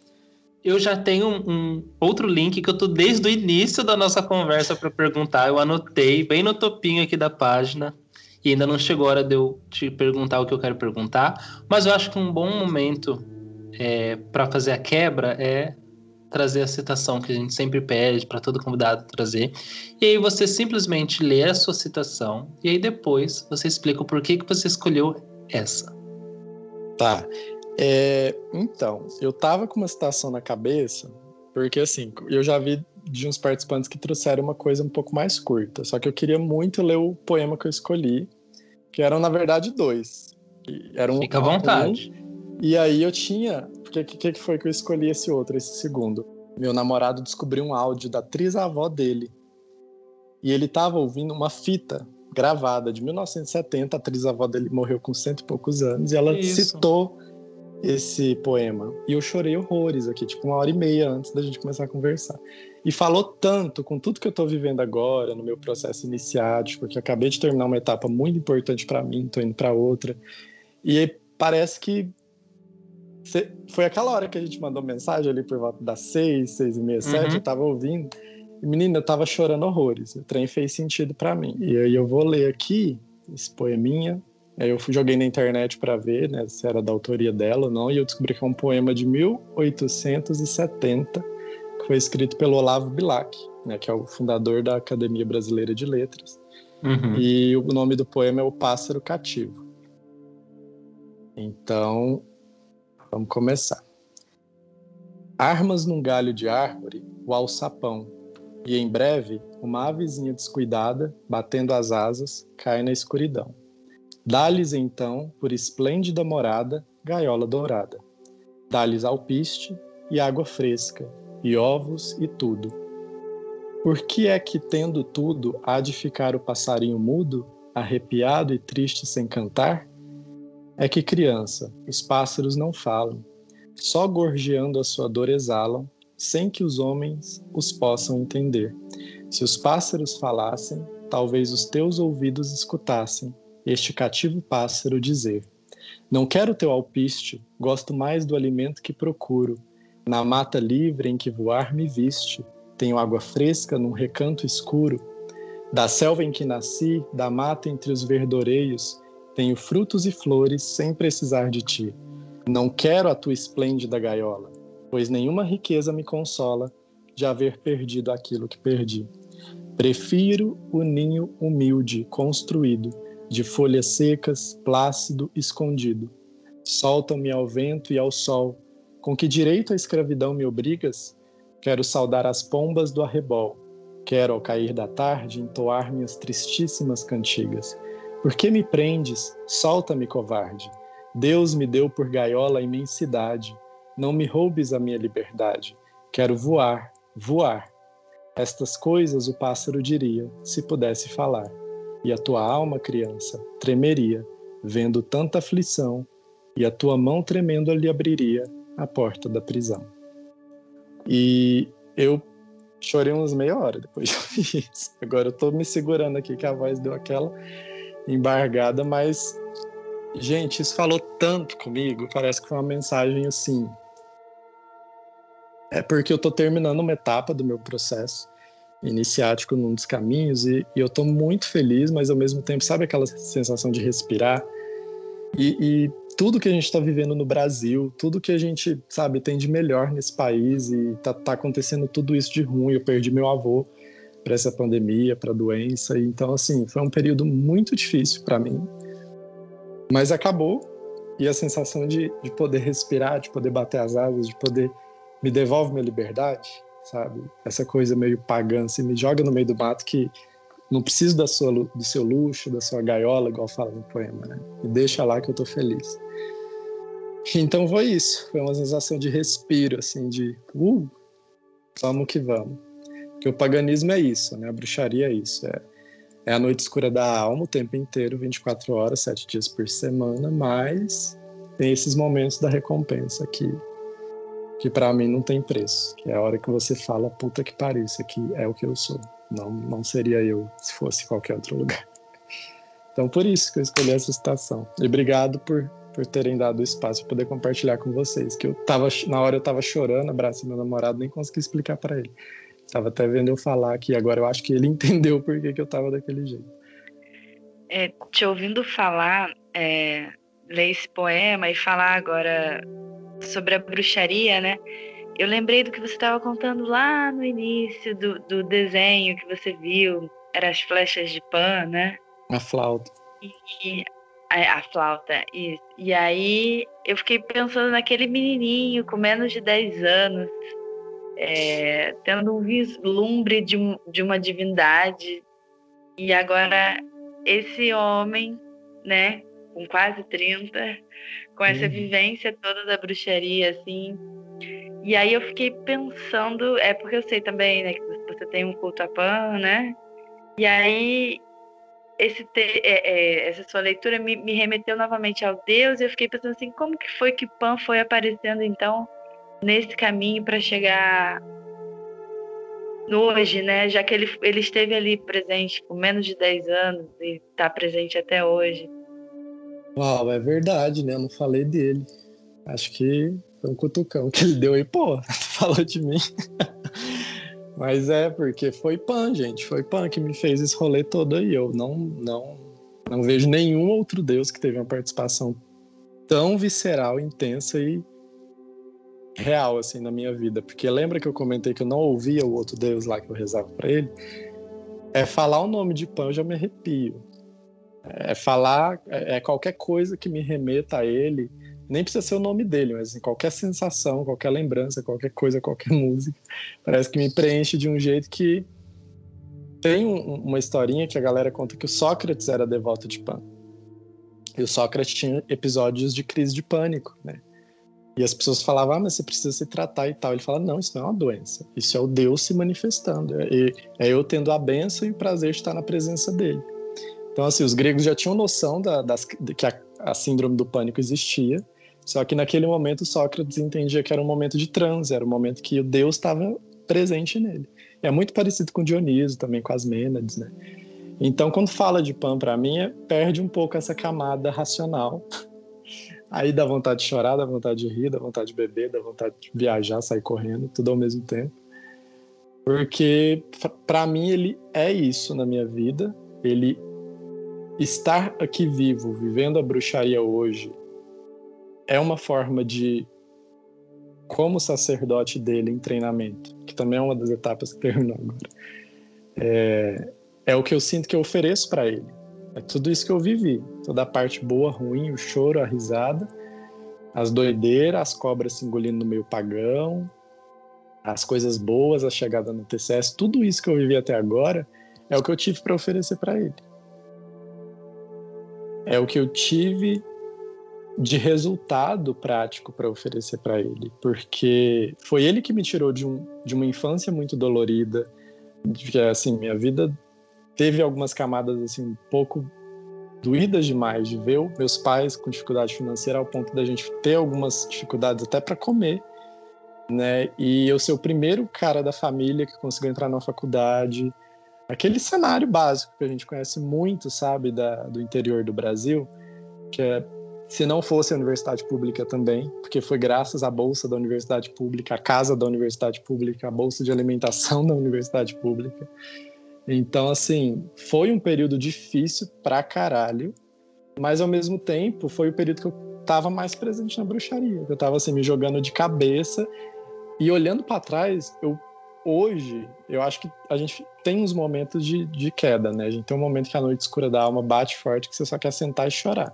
Eu já tenho um, um outro link que eu tô desde o início da nossa conversa para perguntar. Eu anotei bem no topinho aqui da página. E ainda não chegou a hora de eu te perguntar o que eu quero perguntar. Mas eu acho que um bom momento É, para fazer a quebra é trazer a citação que a gente sempre pede para todo convidado trazer, e aí você simplesmente lê a sua citação e aí depois você explica o porquê que você escolheu essa. Tá, é, então eu tava com uma citação na cabeça porque assim, eu já vi de uns participantes que trouxeram uma coisa um pouco mais curta, só que eu queria muito ler o poema que eu escolhi, que eram na verdade dois. Era um, Fica à vontade. Um, E aí eu tinha... O que, que, que foi que eu escolhi esse outro, esse segundo? Meu namorado descobriu um áudio da trisavó dele, E ele estava ouvindo uma fita gravada de mil novecentos e setenta, a atriz-avó dele morreu com cento e poucos anos, e ela Isso. citou esse poema. E eu chorei horrores aqui, tipo uma hora e meia antes da gente começar a conversar. E falou tanto com tudo que eu tô vivendo agora, no meu processo iniciático, que eu acabei de terminar uma etapa muito importante para mim, tô indo para outra. E aí parece que foi aquela hora que a gente mandou mensagem ali por volta das seis, seis e meia, sete, Uhum. eu tava ouvindo. E, menina, eu tava chorando horrores. O trem fez sentido para mim. E aí eu vou ler aqui esse poeminha. Aí eu fui, joguei na internet para ver, né, se era da autoria dela ou não, e eu descobri que é um poema de mil oitocentos e setenta, que foi escrito pelo Olavo Bilac, né, que é o fundador da Academia Brasileira de Letras. Uhum. E o nome do poema é O Pássaro Cativo. Então, vamos começar. Armas num galho de árvore o alçapão, e em breve uma avezinha descuidada, batendo as asas, cai na escuridão. Dá-lhes então, por esplêndida morada, gaiola dourada. Dá-lhes alpiste e água fresca, e ovos e tudo. Por que é que, tendo tudo, há de ficar o passarinho mudo, arrepiado e triste sem cantar? É que, criança, os pássaros não falam, só gorjeando a sua dor exalam, sem que os homens os possam entender. Se os pássaros falassem, talvez os teus ouvidos escutassem este cativo pássaro dizer: não quero teu alpiste, gosto mais do alimento que procuro. Na mata livre em que voar me viste, tenho água fresca num recanto escuro. Da selva em que nasci, da mata entre os verdoreios, tenho frutos e flores sem precisar de ti. Não quero a tua esplêndida gaiola, pois nenhuma riqueza me consola de haver perdido aquilo que perdi. Prefiro o ninho humilde, construído, de folhas secas, plácido, escondido. Solta-me ao vento e ao sol, com que direito à escravidão me obrigas? Quero saudar as pombas do arrebol, quero ao cair da tarde entoar minhas tristíssimas cantigas. Por que me prendes? Solta-me, covarde. Deus me deu por gaiola a imensidade, não me roubes a minha liberdade. Quero voar, voar. Estas coisas o pássaro diria, se pudesse falar. E a tua alma, criança, tremeria, vendo tanta aflição, e a tua mão tremendo lhe abriria a porta da prisão. E eu chorei umas meia hora depois de ouvir isso. Agora eu tô me segurando aqui, que a voz deu aquela embargada, mas, gente, isso falou tanto comigo, parece que foi uma mensagem assim. É porque eu tô terminando uma etapa do meu processo iniciático num dos caminhos, e, e eu tô muito feliz, mas ao mesmo tempo, sabe aquela sensação de respirar? E, e tudo que a gente está vivendo no Brasil, tudo que a gente, sabe, tem de melhor nesse país, e tá, tá acontecendo tudo isso de ruim. Eu perdi meu avô para essa pandemia, para a doença, e então, assim, foi um período muito difícil para mim, mas acabou, e a sensação de, de poder respirar, de poder bater as asas, de poder me devolve minha liberdade, sabe? Essa coisa meio pagã, assim, me joga no meio do mato, que não preciso da sua, do seu luxo, da sua gaiola, igual fala no poema, né? Me deixa lá que eu tô feliz. Então foi isso, foi uma sensação de respiro, assim, de uh, vamos que vamos. Porque o paganismo é isso, né? A bruxaria é isso, é, é a noite escura da alma o tempo inteiro, vinte e quatro horas, sete dias por semana, mas tem esses momentos da recompensa que que pra mim não tem preço, que é a hora que você fala, puta que pariu, isso aqui é o que eu sou, não, não seria eu se fosse qualquer outro lugar. Então por isso que eu escolhi essa citação, e obrigado por, por terem dado o espaço para poder compartilhar com vocês, que eu tava, na hora eu tava chorando, abraçando meu namorado, nem consegui explicar para ele, tava até vendo eu falar aqui, agora eu acho que ele entendeu por que, que eu tava daquele jeito. É, te ouvindo falar, é, ler esse poema e falar agora sobre a bruxaria, né? Eu lembrei do que você estava contando lá no início do, do desenho que você viu, eram as flechas de Pan, né? A flauta. E, a, a flauta, isso. E aí eu fiquei pensando naquele menininho com menos de dez anos, é, tendo um vislumbre de, de uma divindade, e agora esse homem, né, com quase trinta, com essa uhum. vivência toda da bruxaria, assim. E aí eu fiquei pensando, é porque eu sei também, né, que você tem um culto a Pan, né? E aí, esse te, é, é, essa sua leitura me, me remeteu novamente ao Deus, e eu fiquei pensando assim, como que foi que Pan foi aparecendo, então, nesse caminho para chegar no hoje, né? Já que ele, ele esteve ali presente por menos de dez anos e está presente até hoje. Uau, é verdade, né? Eu não falei dele. Acho que foi um cutucão que ele deu aí, pô, falou de mim. Mas é, porque foi Pan, gente. Foi Pan que me fez esse rolê todo aí. Eu não, não, não vejo nenhum outro Deus que teve uma participação tão visceral, intensa e real, assim, na minha vida. Porque lembra que eu comentei que eu não ouvia o outro Deus lá que eu rezava pra ele? É falar o nome de Pan, eu já me arrepio. É falar, é qualquer coisa que me remeta a ele. Nem precisa ser o nome dele, mas assim, qualquer sensação, qualquer lembrança, qualquer coisa, qualquer música, parece que me preenche de um jeito que... Tem um, uma historinha que a galera conta que o Sócrates era devoto de Pan. E o Sócrates tinha episódios de crise de pânico, né? E as pessoas falavam, ah, mas você precisa se tratar e tal. Ele fala, não, isso não é uma doença. Isso é o Deus se manifestando. É, é eu tendo a bênção e o prazer de estar na presença dele. Então, assim, os gregos já tinham noção da, das, de que a, a síndrome do pânico existia. Só que naquele momento Sócrates entendia que era um momento de transe, era um momento que o Deus estava presente nele. E é muito parecido com Dioniso, também com as Mênades, né? Então, quando fala de Pan para mim, é, perde um pouco essa camada racional. Aí dá vontade de chorar, dá vontade de rir, dá vontade de beber, dá vontade de viajar, sair correndo, tudo ao mesmo tempo. Porque, para mim, ele é isso na minha vida. Ele estar aqui vivo, vivendo a bruxaria hoje, é uma forma de, como sacerdote dele em treinamento, que também é uma das etapas que terminou agora, é, é o que eu sinto que eu ofereço para ele. É tudo isso que eu vivi, toda a parte boa, ruim, o choro, a risada, as doideiras, as cobras se engolindo no meio pagão, as coisas boas, a chegada no T C S, tudo isso que eu vivi até agora é o que eu tive para oferecer para ele. É o que eu tive de resultado prático para oferecer para ele, porque foi ele que me tirou de, um, de uma infância muito dolorida, que assim, minha vida teve algumas camadas assim um pouco doídas demais, de ver meus pais com dificuldade financeira ao ponto da gente ter algumas dificuldades até para comer, né? E eu ser o primeiro cara da família que conseguiu entrar na faculdade, aquele cenário básico que a gente conhece muito, sabe, da, do interior do Brasil, que é, se não fosse a universidade pública também, porque foi graças à bolsa da universidade pública, à casa da universidade pública, à bolsa de alimentação da universidade pública. Então, assim, foi um período difícil pra caralho, mas ao mesmo tempo foi o período que eu tava mais presente na bruxaria, que eu tava assim, me jogando de cabeça e olhando pra trás, eu hoje, eu acho que a gente tem uns momentos de, de queda, né? A gente tem um momento que a noite escura da alma bate forte, que você só quer sentar e chorar.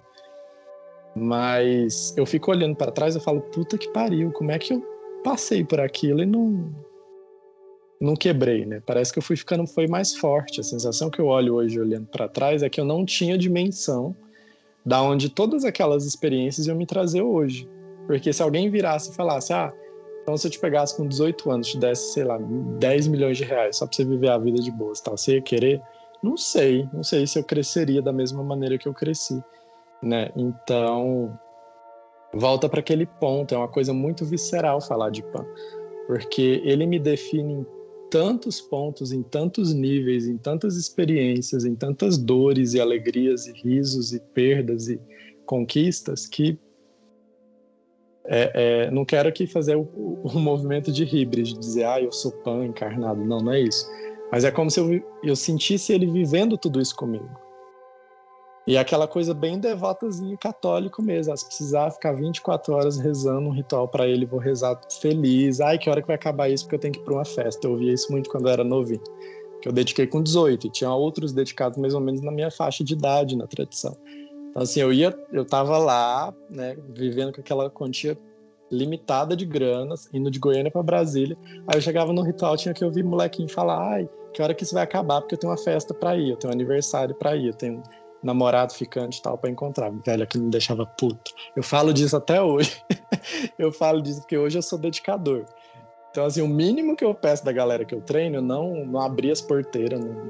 Mas eu fico olhando para trás e falo, puta que pariu, como é que eu passei por aquilo e não, não quebrei, né? Parece que eu fui ficando foi mais forte. A sensação que eu olho hoje olhando para trás é que eu não tinha dimensão da onde todas aquelas experiências iam me trazer hoje. Porque se alguém virasse e falasse, ah, então se eu te pegasse com dezoito anos, te desse, sei lá, dez milhões de reais só pra você viver a vida de boas, tal, você ia querer? Não sei, não sei se eu cresceria da mesma maneira que eu cresci, né? Então, volta para aquele ponto, é uma coisa muito visceral falar de Pan, porque ele me define em tantos pontos, em tantos níveis, em tantas experiências, em tantas dores e alegrias e risos e perdas e conquistas que É, é, não quero aqui fazer o, o, o movimento de híbrido, de dizer, ah, eu sou Pan encarnado. Não, não é isso. Mas é como se eu, eu sentisse ele vivendo tudo isso comigo. E é aquela coisa bem devotazinha, católico mesmo. Ah, se precisar ficar vinte e quatro horas rezando um ritual para ele, vou rezar feliz. Ai, que hora que vai acabar isso, porque eu tenho que ir para uma festa. Eu ouvia isso muito quando eu era novinho. Que eu dediquei com dezoito, e tinha outros dedicados mais ou menos na minha faixa de idade, na tradição. Então, assim, eu ia, eu tava lá, né, vivendo com aquela quantia limitada de granas, indo de Goiânia para Brasília. Aí eu chegava no ritual, tinha que ouvir molequinho falar, ai, que hora que isso vai acabar, porque eu tenho uma festa para ir, eu tenho um aniversário para ir, eu tenho um namorado ficante e tal para encontrar. Velho, aquilo me deixava puto. Eu falo disso até hoje. Eu falo disso porque hoje eu sou dedicador. Então, assim, o mínimo que eu peço da galera que eu treino, não, não abrir as porteiras, não,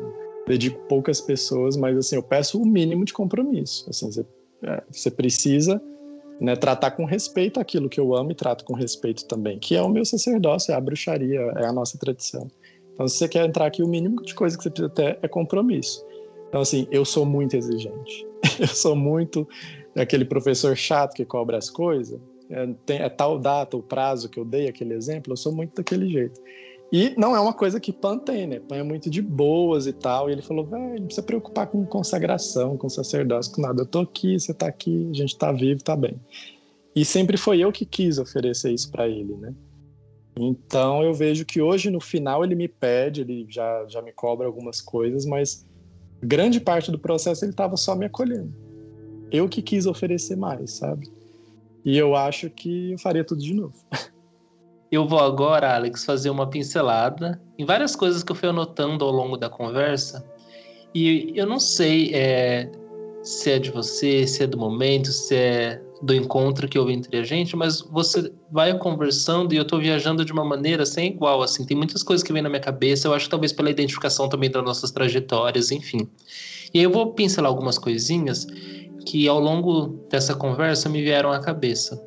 dedico poucas pessoas, mas assim, eu peço o mínimo de compromisso. Assim, você, é, você precisa, né, tratar com respeito aquilo que eu amo e trato com respeito também, que é o meu sacerdócio, é a bruxaria, é a nossa tradição. Então, se você quer entrar aqui, o mínimo de coisa que você precisa ter é compromisso. Então, assim, eu sou muito exigente. Eu sou muito aquele professor chato que cobra as coisas. É, tem, é tal data, o prazo que eu dei, aquele exemplo, eu sou muito daquele jeito. E não é uma coisa que Pan tem, né? Pan é muito de boas e tal. E ele falou, velho, não precisa preocupar com consagração, com sacerdócio, com nada. Eu tô aqui, você tá aqui, a gente tá vivo, tá bem. E sempre foi eu que quis oferecer isso para ele, né? Então eu vejo que hoje, no final, ele me pede, ele já, já me cobra algumas coisas, mas grande parte do processo ele estava só me acolhendo. Eu que quis oferecer mais, sabe? E eu acho que eu faria tudo de novo. Eu vou agora, Alex, fazer uma pincelada em várias coisas que eu fui anotando ao longo da conversa. E eu não sei é, se é de você, se é do momento, se é do encontro que houve entre a gente, mas você vai conversando e eu tô viajando de uma maneira sem igual, assim. Tem muitas coisas que vêm na minha cabeça, eu acho que talvez pela identificação também das nossas trajetórias, enfim. E aí eu vou pincelar algumas coisinhas que ao longo dessa conversa me vieram à cabeça.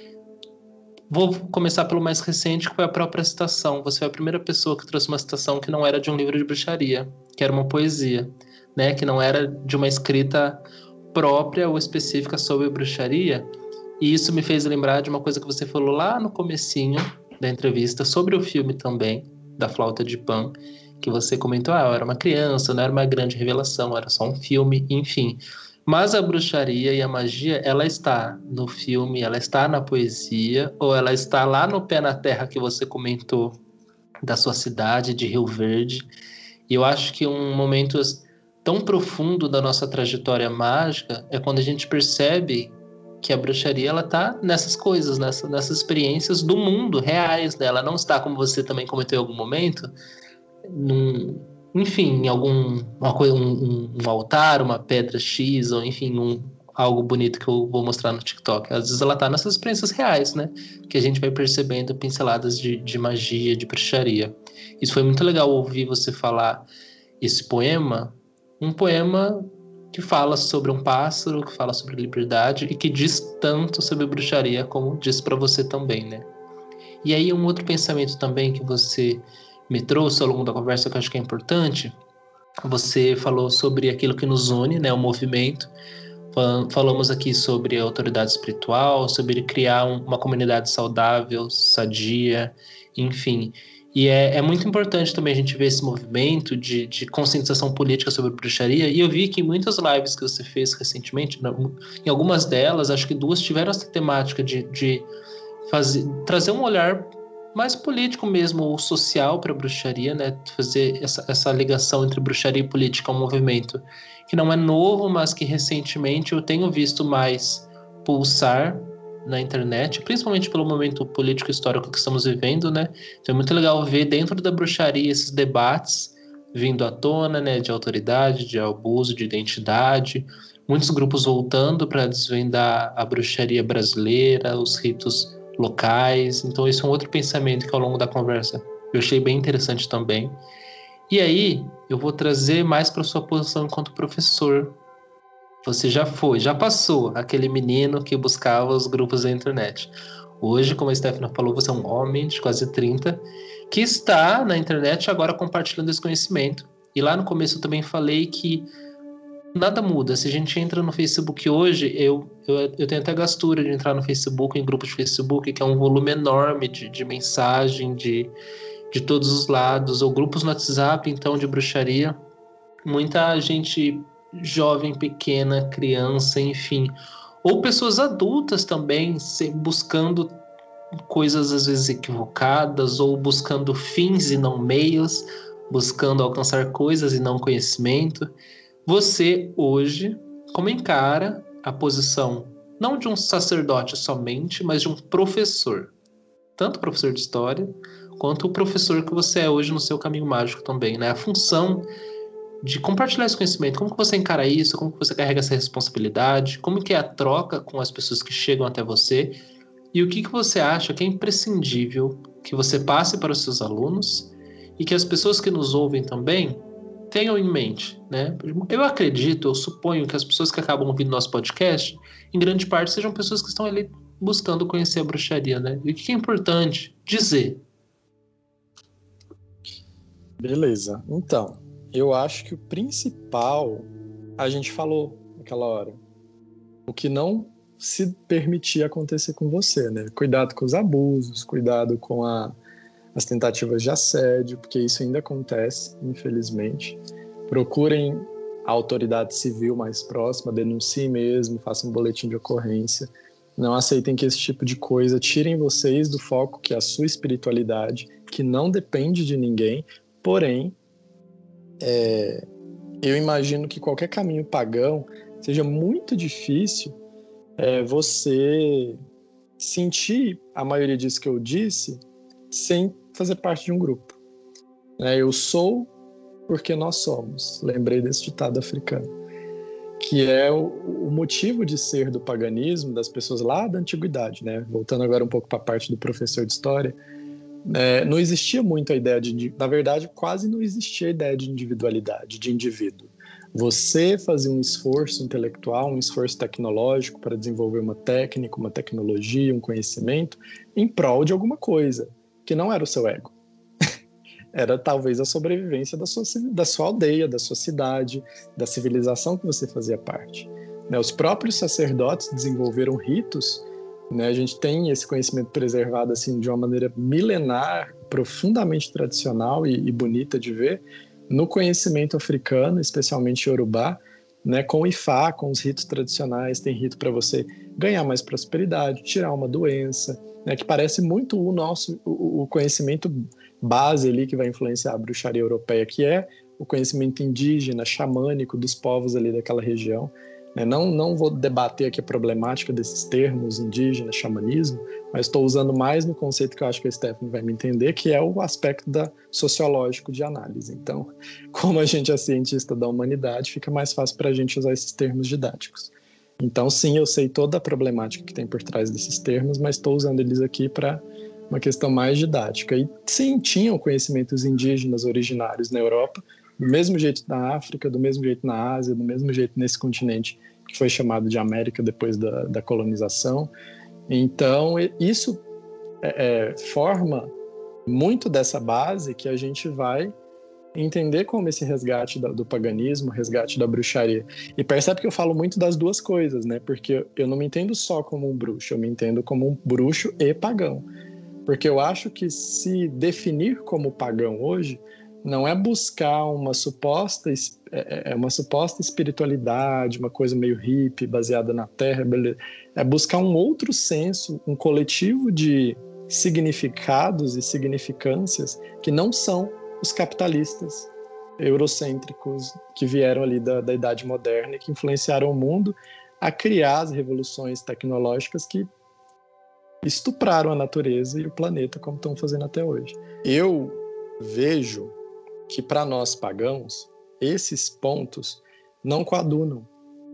Vou começar pelo mais recente, que foi a própria citação. Você foi a primeira pessoa que trouxe uma citação que não era de um livro de bruxaria, que era uma poesia, né? Que não era de uma escrita própria ou específica sobre bruxaria. E isso me fez lembrar de uma coisa que você falou lá no comecinho da entrevista, sobre o filme também, da Flauta de Pan, que você comentou, ah, eu era uma criança, não era uma grande revelação, era só um filme, enfim. Mas a bruxaria e a magia, ela está no filme, ela está na poesia, ou ela está lá no Pé na Terra que você comentou, da sua cidade, de Rio Verde. E eu acho que um momento tão profundo da nossa trajetória mágica é quando a gente percebe que a bruxaria, ela está nessas coisas, nessa, nessas experiências do mundo, reais, né? Ela não está, como você também comentou em algum momento, num... enfim, em algum uma coisa, um, um altar, uma pedra X, ou enfim, um, algo bonito que eu vou mostrar no TikTok. Às vezes ela tá nessas experiências reais, né? Que a gente vai percebendo pinceladas de, de magia, de bruxaria. Isso foi muito legal ouvir você falar esse poema, um poema que fala sobre um pássaro, que fala sobre liberdade e que diz tanto sobre bruxaria como diz para você também, né? E aí um outro pensamento também que você me trouxe ao longo da conversa que eu acho que é importante, você falou sobre aquilo que nos une, né, o movimento. Falamos aqui sobre a autoridade espiritual, sobre criar uma comunidade saudável, sadia, enfim. E é, é muito importante também a gente ver esse movimento de, de conscientização política sobre bruxaria. E eu vi que em muitas lives que você fez recentemente, em algumas delas, acho que duas tiveram essa temática de, de fazer, trazer um olhar mais político mesmo, ou social para a bruxaria, né? Fazer essa, essa ligação entre bruxaria e política, um movimento que não é novo, mas que recentemente eu tenho visto mais pulsar na internet, principalmente pelo momento político histórico que estamos vivendo, né? Então é muito legal ver dentro da bruxaria esses debates vindo à tona, né? De autoridade, de abuso, de identidade, muitos grupos voltando para desvendar a bruxaria brasileira, os ritos locais. Então esse é um outro pensamento que ao longo da conversa eu achei bem interessante também. E aí eu vou trazer mais para sua posição enquanto professor. Você já foi, já passou aquele menino que buscava os grupos da internet. Hoje, como a Stephanie falou, você é um homem de quase trinta que está na internet agora compartilhando esse conhecimento. E lá no começo eu também falei que nada muda. Se a gente entra no Facebook hoje, eu, eu, eu tenho até gastura de entrar no Facebook, em grupos de Facebook, que é um volume enorme de, de mensagem, de, de todos os lados, ou grupos no WhatsApp, então, de bruxaria. Muita gente jovem, pequena, criança, enfim. Ou pessoas adultas também, buscando coisas às vezes equivocadas, ou buscando fins e não meios, buscando alcançar coisas e não conhecimento. Você, hoje, como encara a posição, não de um sacerdote somente, mas de um professor? Tanto professor de história, quanto o professor que você é hoje no seu caminho mágico também, né? A função de compartilhar esse conhecimento, como que você encara isso, como que você carrega essa responsabilidade, como que é a troca com as pessoas que chegam até você, e o que que você acha que é imprescindível que você passe para os seus alunos, e que as pessoas que nos ouvem também tenham em mente, né? Eu acredito, eu suponho que as pessoas que acabam ouvindo nosso podcast, em grande parte, sejam pessoas que estão ali buscando conhecer a bruxaria, né? E o que é importante dizer? Beleza. Então, eu acho que o principal, a gente falou naquela hora, o que não se permitir acontecer com você, né? Cuidado com os abusos, cuidado com a, as tentativas de assédio, porque isso ainda acontece, infelizmente. Procurem a autoridade civil mais próxima, denunciem mesmo, façam um boletim de ocorrência. Não aceitem que esse tipo de coisa tirem vocês do foco que é a sua espiritualidade, que não depende de ninguém. Porém, é, eu imagino que qualquer caminho pagão seja muito difícil é, você sentir a maioria disso que eu disse sem fazer parte de um grupo. É, eu sou porque nós somos. Lembrei desse ditado africano, que é o, o motivo de ser do paganismo das pessoas lá da antiguidade, né? Voltando agora um pouco para a parte do professor de história, é, não existia muito a ideia de, na verdade, quase não existia a ideia de individualidade, de indivíduo. Você fazia um esforço intelectual, um esforço tecnológico para desenvolver uma técnica, uma tecnologia, um conhecimento em prol de alguma coisa, que não era o seu ego. Era talvez a sobrevivência da sua, da sua aldeia, da sua cidade, da civilização que você fazia parte. Né, os próprios sacerdotes desenvolveram ritos, né, a gente tem esse conhecimento preservado assim, de uma maneira milenar, profundamente tradicional e, e bonita de ver, no conhecimento africano, especialmente Yorubá, né, com o Ifá, com os ritos tradicionais. Tem rito para você ganhar mais prosperidade, tirar uma doença, né, que parece muito o nosso o, o conhecimento base ali que vai influenciar a bruxaria europeia, que é o conhecimento indígena, xamânico dos povos ali daquela região. Né? Não, não vou debater aqui a problemática desses termos, indígena, xamanismo, mas estou usando mais no conceito que eu acho que a Stephanie vai me entender, que é o aspecto da, sociológico de análise. Então, como a gente é cientista da humanidade, fica mais fácil para a gente usar esses termos didáticos. Então, sim, eu sei toda a problemática que tem por trás desses termos, mas estou usando eles aqui para uma questão mais didática. E sim, tinham conhecimentos indígenas originários na Europa, do mesmo jeito na África, do mesmo jeito na Ásia, do mesmo jeito nesse continente que foi chamado de América depois da, da colonização. Então, isso é, é, forma muito dessa base que a gente vai entender como esse resgate do, do paganismo, resgate da bruxaria. E percebe que eu falo muito das duas coisas, né? Porque eu não me entendo só como um bruxo, eu me entendo como um bruxo e pagão. Porque eu acho que se definir como pagão hoje não é buscar uma suposta, é uma suposta espiritualidade, uma coisa meio hippie, baseada na terra, beleza. É buscar um outro senso, um coletivo de significados e significâncias que não são os capitalistas eurocêntricos que vieram ali da, da Idade Moderna e que influenciaram o mundo a criar as revoluções tecnológicas que estupraram a natureza e o planeta como estão fazendo até hoje. Eu vejo que para nós pagãos, esses pontos não coadunam.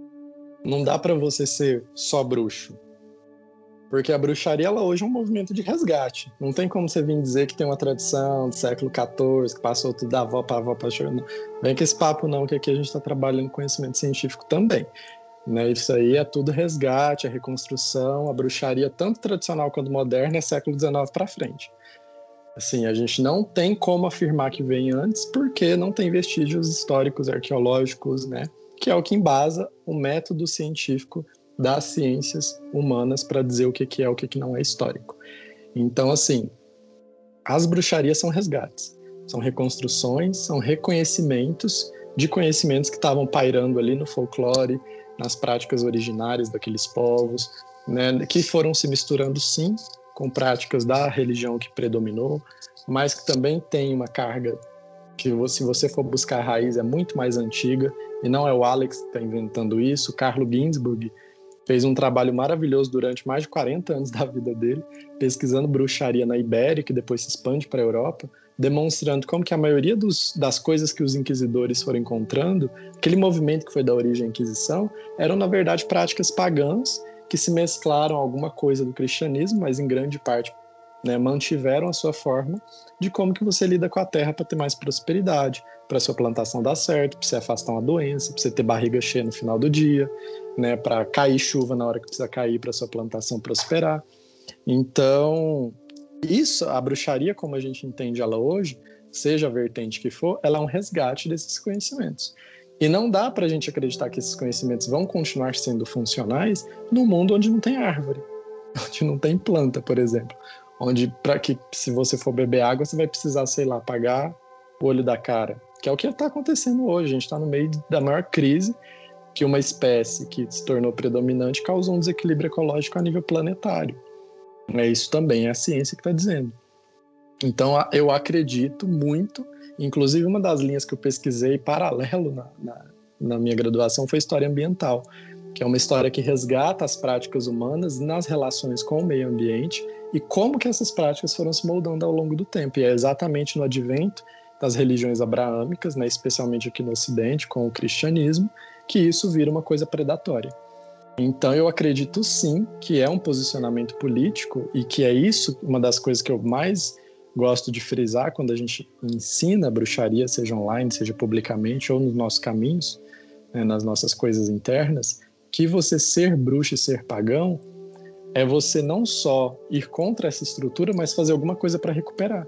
Não dá para você ser só bruxo. Porque a bruxaria, ela hoje é um movimento de resgate. Não tem como você vir dizer que tem uma tradição do século quatorze, que passou tudo da avó para avó para chorar. Não vem com esse papo não, que aqui a gente está trabalhando conhecimento científico também. Né? Isso aí é tudo resgate, é reconstrução. A bruxaria, tanto tradicional quanto moderna, é século dezenove para frente. Assim, a gente não tem como afirmar que vem antes, porque não tem vestígios históricos, arqueológicos, né? Que é o que embasa o método científico das ciências humanas para dizer o que, que é o que, que não é histórico. Então, assim, as bruxarias são resgates, são reconstruções, são reconhecimentos de conhecimentos que estavam pairando ali no folclore, nas práticas originárias daqueles povos, né, que foram se misturando, sim, com práticas da religião que predominou, mas que também tem uma carga que, se você for buscar a raiz, é muito mais antiga, e não é o Alex que está inventando isso. Carlo Ginzburg fez um trabalho maravilhoso durante mais de quarenta anos da vida dele, pesquisando bruxaria na Ibéria, que depois se expande para a Europa, demonstrando como que a maioria dos, das coisas que os inquisidores foram encontrando, aquele movimento que foi da origem à Inquisição, eram, na verdade, práticas pagãs que se mesclaram a alguma coisa do cristianismo, mas em grande parte né, mantiveram a sua forma de como que você lida com a terra para ter mais prosperidade, para a sua plantação dar certo, para você afastar uma doença, para você ter barriga cheia no final do dia, né, para cair chuva na hora que precisa cair para a sua plantação prosperar. Então, isso, a bruxaria como a gente entende ela hoje, seja a vertente que for, ela é um resgate desses conhecimentos. E não dá para a gente acreditar que esses conhecimentos vão continuar sendo funcionais no mundo onde não tem árvore, onde não tem planta, por exemplo. Onde, para que se você for beber água, você vai precisar, sei lá, pagar o olho da cara. Que é o que está acontecendo hoje. A gente está no meio da maior crise que uma espécie que se tornou predominante causou um desequilíbrio ecológico a nível planetário. É isso também, é a ciência que está dizendo. Então, eu acredito muito, inclusive uma das linhas que eu pesquisei paralelo na, na, na minha graduação foi história ambiental, que é uma história que resgata as práticas humanas nas relações com o meio ambiente e como que essas práticas foram se moldando ao longo do tempo. E é exatamente no advento das religiões abraâmicas, né, especialmente aqui no Ocidente, com o cristianismo, que isso vira uma coisa predatória. Então eu acredito sim que é um posicionamento político e que é isso uma das coisas que eu mais gosto de frisar quando a gente ensina a bruxaria, seja online, seja publicamente ou nos nossos caminhos, né, nas nossas coisas internas, que você ser bruxo e ser pagão é você não só ir contra essa estrutura, mas fazer alguma coisa para recuperar.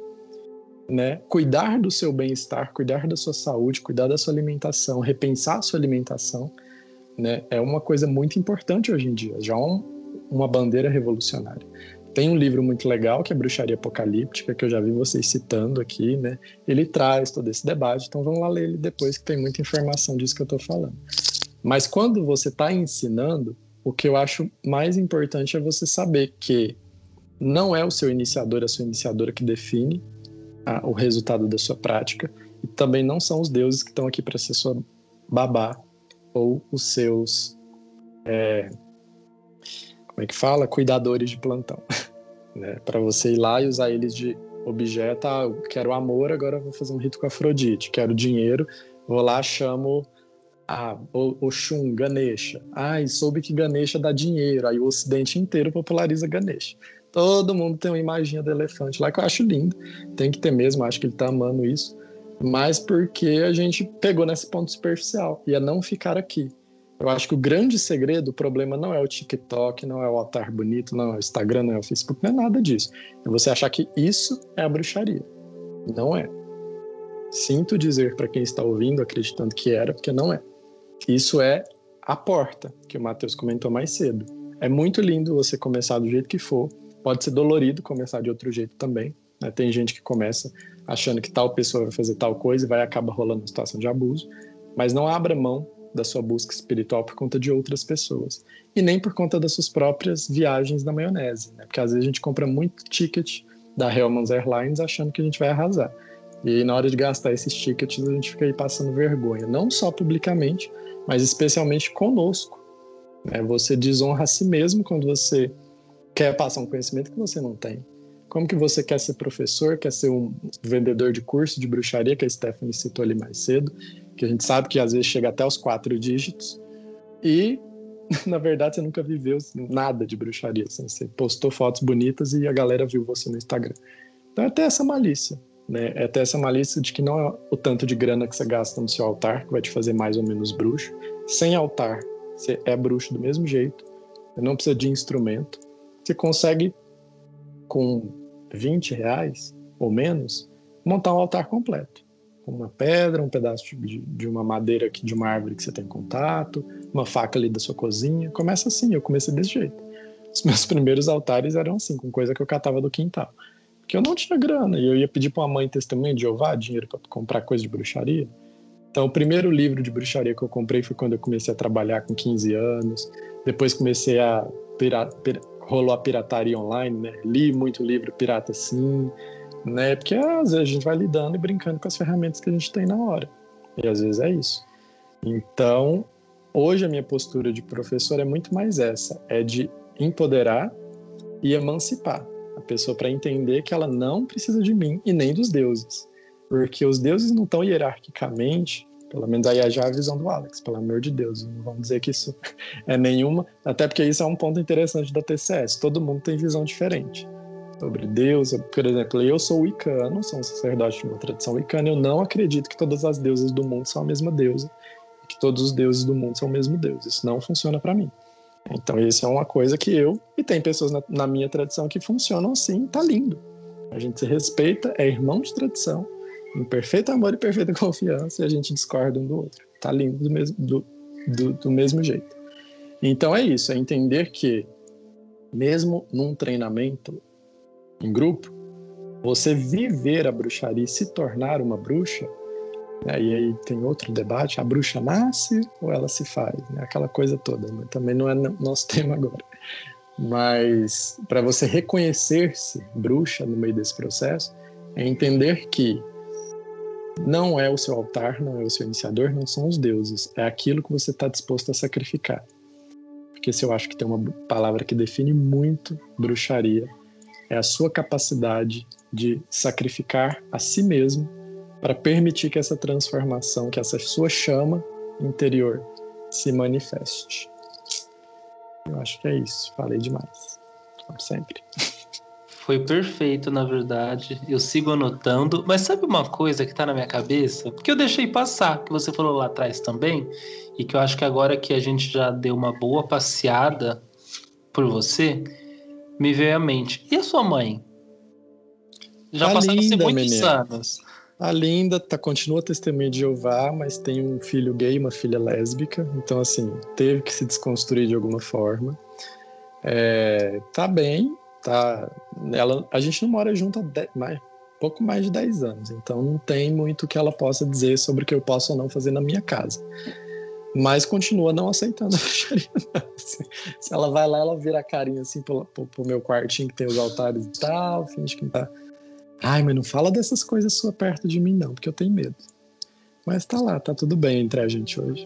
Né? Cuidar do seu bem-estar, cuidar da sua saúde, cuidar da sua alimentação, repensar a sua alimentação, né? É uma coisa muito importante hoje em dia, já um, uma bandeira revolucionária. Tem um livro muito legal que é Bruxaria Apocalíptica, que eu já vi vocês citando aqui, né? Ele traz todo esse debate, então vamos lá ler ele depois, que tem muita informação disso que eu estou falando. Mas quando você está ensinando, o que eu acho mais importante é você saber que não é o seu iniciador, a sua iniciadora que define a, o resultado da sua prática, e também não são os deuses que estão aqui para ser sua babá ou os seus, é, como é que fala? Cuidadores de plantão. Né? Para você ir lá e usar eles de objeto. Ah, eu quero amor, agora eu vou fazer um rito com Afrodite. Quero dinheiro, vou lá, chamo a Oxum, Ganesha. Ai, soube que Ganesha dá dinheiro. Aí o Ocidente inteiro populariza Ganesha. Todo mundo tem uma imagem do elefante lá, que eu acho lindo. Tem que ter mesmo, acho que ele tá amando isso. Mas porque a gente pegou nesse ponto superficial. E é não ficar aqui. Eu acho que o grande segredo, o problema não é o TikTok, não é o altar bonito, não é o Instagram, não é o Facebook, não é nada disso. É você achar que isso é a bruxaria. Não é. Sinto dizer para quem está ouvindo, acreditando que era, porque não é. Isso é a porta, que o Matheus comentou mais cedo. É muito lindo você começar do jeito que for. Pode ser dolorido começar de outro jeito também. Né? Tem gente que começa achando que tal pessoa vai fazer tal coisa e vai acabar rolando uma situação de abuso. Mas não abra mão da sua busca espiritual por conta de outras pessoas. E nem por conta das suas próprias viagens na maionese. Né? Porque às vezes a gente compra muito ticket da Hellmann's Airlines achando que a gente vai arrasar. E aí, na hora de gastar esses tickets, a gente fica aí passando vergonha. Não só publicamente, mas especialmente conosco. Né? Você desonra a si mesmo quando você quer passar um conhecimento que você não tem. Como que você quer ser professor, quer ser um vendedor de curso de bruxaria, que a Stephanie citou ali mais cedo, que a gente sabe que às vezes chega até os quatro dígitos, e, na verdade, você nunca viveu nada de bruxaria. Assim, você postou fotos bonitas e a galera viu você no Instagram. Então é até essa malícia. Né? É até essa malícia de que não é o tanto de grana que você gasta no seu altar que vai te fazer mais ou menos bruxo. Sem altar, você é bruxo do mesmo jeito. Você não precisa de instrumento. Você consegue, com vinte reais ou menos, montar um altar completo. Com uma pedra, um pedaço de, de uma madeira aqui, de uma árvore que você tem contato, uma faca ali da sua cozinha. Começa assim, eu comecei desse jeito. Os meus primeiros altares eram assim, com coisa que eu catava do quintal. Porque eu não tinha grana, e eu ia pedir para uma mãe testemunha de Jeová dinheiro para comprar coisa de bruxaria. Então, o primeiro livro de bruxaria que eu comprei foi quando eu comecei a trabalhar com quinze anos. Depois comecei a... Pira, pira, rolou a pirataria online, né? Li muito livro pirata sim, né? Porque às vezes a gente vai lidando e brincando com as ferramentas que a gente tem na hora. E às vezes é isso. Então, hoje a minha postura de professor é muito mais essa. É de empoderar e emancipar a pessoa para entender que ela não precisa de mim e nem dos deuses. Porque os deuses não estão hierarquicamente, pelo menos aí é já a visão do Alex, pelo amor de Deus, não vamos dizer que isso é nenhuma, até porque isso é um ponto interessante da T C S, todo mundo tem visão diferente. sobre Deus. Por exemplo, eu sou wicano, sou um sacerdote de uma tradição wicana, eu não acredito que todas as deusas do mundo são a mesma deusa, que todos os deuses do mundo são o mesmo Deus. Isso não funciona para mim. Então isso é uma coisa que eu, e tem pessoas na, na minha tradição que funcionam assim, tá lindo. A gente se respeita, é irmão de tradição, em perfeito amor e perfeita confiança, e a gente discorda um do outro. Tá lindo do mesmo, do, do, do mesmo jeito. Então é isso, é entender que mesmo num treinamento em grupo, você viver a bruxaria e se tornar uma bruxa, né, e aí tem outro debate, a bruxa nasce ou ela se faz, né, aquela coisa toda, mas também não é nosso tema agora. Mas para você reconhecer-se bruxa no meio desse processo, é entender que não é o seu altar, não é o seu iniciador, não são os deuses, é aquilo que você está disposto a sacrificar. Porque se eu acho que tem uma palavra que define muito bruxaria, é a sua capacidade de sacrificar a si mesmo para permitir que essa transformação, que essa sua chama interior se manifeste. Eu acho que é isso. Falei demais. Como sempre. Foi perfeito, na verdade. Eu sigo anotando. Mas sabe uma coisa que tá na minha cabeça? Que eu deixei passar, que você falou lá atrás também, e que eu acho que agora que a gente já deu uma boa passeada por você, me veio à mente. E a sua mãe? Já tá passaram-se linda, muitos menina. anos. A Linda tá, continua testemunha de Jeová, mas tem um filho gay e uma filha lésbica. Então, assim, teve que se desconstruir de alguma forma. É, tá bem, tá. Ela, a gente não mora junto há dez, mais, pouco mais de dez anos. Então, não tem muito que ela possa dizer sobre o que eu posso ou não fazer na minha casa. Mas continua não aceitando a bruxaria. Se, se ela vai lá, ela vira a carinha assim pro, pro, pro meu quartinho que tem os altares e tal, finge que não tá. Ai, mas não fala dessas coisas sua perto de mim não, porque eu tenho medo. Mas tá lá, tá tudo bem entre a gente hoje.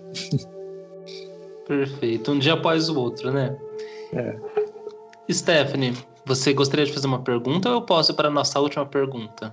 Perfeito. Um dia após o outro, né? É. Stephanie, você gostaria de fazer uma pergunta ou eu posso ir para a nossa última pergunta?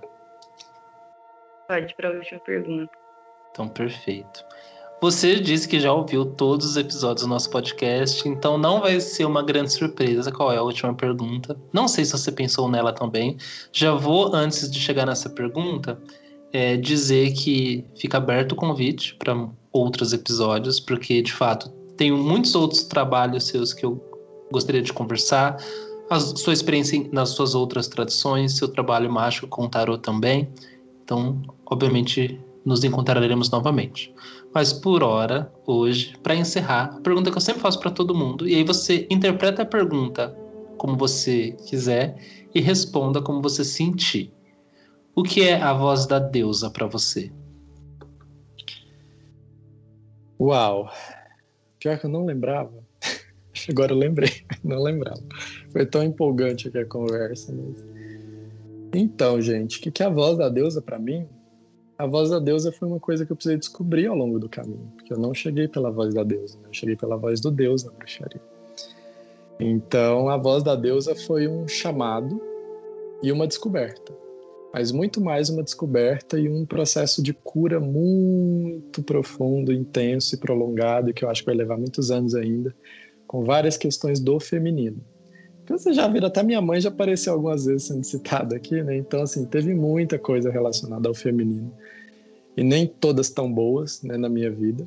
Pode para a última pergunta. Então, perfeito. Você disse que já ouviu todos os episódios do nosso podcast, então não vai ser uma grande surpresa qual é a última pergunta. Não sei se você pensou nela também. Já vou, antes de chegar nessa pergunta, é, dizer que fica aberto o convite para outros episódios, porque, de fato, tenho muitos outros trabalhos seus que eu gostaria de conversar. A sua experiência nas suas outras tradições, seu trabalho mágico com tarot também. Então, obviamente, nos encontraremos novamente. Mas por hora, hoje, para encerrar, a pergunta que eu sempre faço para todo mundo, e aí você interpreta a pergunta como você quiser e responda como você sentir. O que é a voz da deusa para você? Uau! Pior que eu não lembrava. Agora eu lembrei, não lembrava. Foi tão empolgante aqui a conversa. Mas... Então, gente, o que, que é a voz da deusa para mim? A voz da deusa foi uma coisa que eu precisei descobrir ao longo do caminho, porque eu não cheguei pela voz da deusa, eu cheguei pela voz do Deus na bruxaria. Então, a voz da deusa foi um chamado e uma descoberta, mas muito mais uma descoberta e um processo de cura muito profundo, intenso e prolongado, que eu acho que vai levar muitos anos ainda, com várias questões do feminino. Porque você já viu, até minha mãe já apareceu algumas vezes sendo citada aqui, né? Então, assim, teve muita coisa relacionada ao feminino. E nem todas tão boas, né, na minha vida.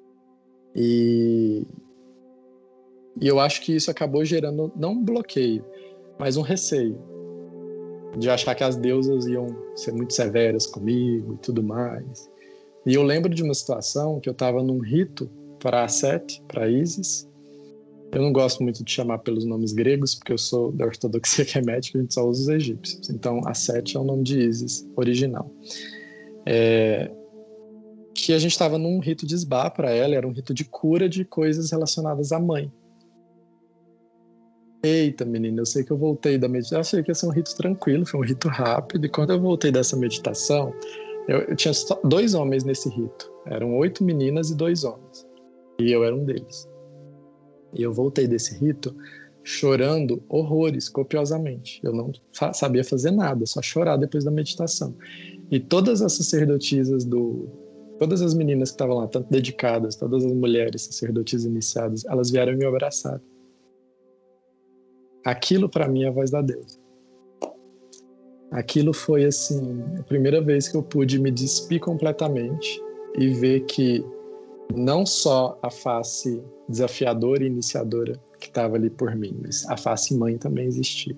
E... e eu acho que isso acabou gerando, não um bloqueio, mas um receio. De achar que as deusas iam ser muito severas comigo e tudo mais. E eu lembro de uma situação que eu estava num rito para a Sete, para Isis. Eu não gosto muito de chamar pelos nomes gregos, porque eu sou da ortodoxia hermética, a gente só usa os egípcios. Então, a Sete é o nome de Isis original. É... Que a gente estava num rito de Sbá para ela, era um rito de cura de coisas relacionadas à mãe. Eita, menina, eu sei que eu voltei da meditação, eu achei que ia ser um rito tranquilo, foi um rito rápido, e quando eu voltei dessa meditação, eu, eu tinha só dois homens nesse rito. Eram oito meninas e dois homens. E eu era um deles. E eu voltei desse rito chorando horrores, copiosamente. Eu não fa- sabia fazer nada, só chorar depois da meditação. E todas as sacerdotisas do... Todas as meninas que estavam lá, tanto dedicadas, todas as mulheres sacerdotisas iniciadas, elas vieram me abraçar. Aquilo para mim é a voz da deusa. aquilo foi assim, a primeira vez que eu pude me despir completamente e ver que não só a face desafiadora e iniciadora que estava ali por mim, mas a face mãe também existia.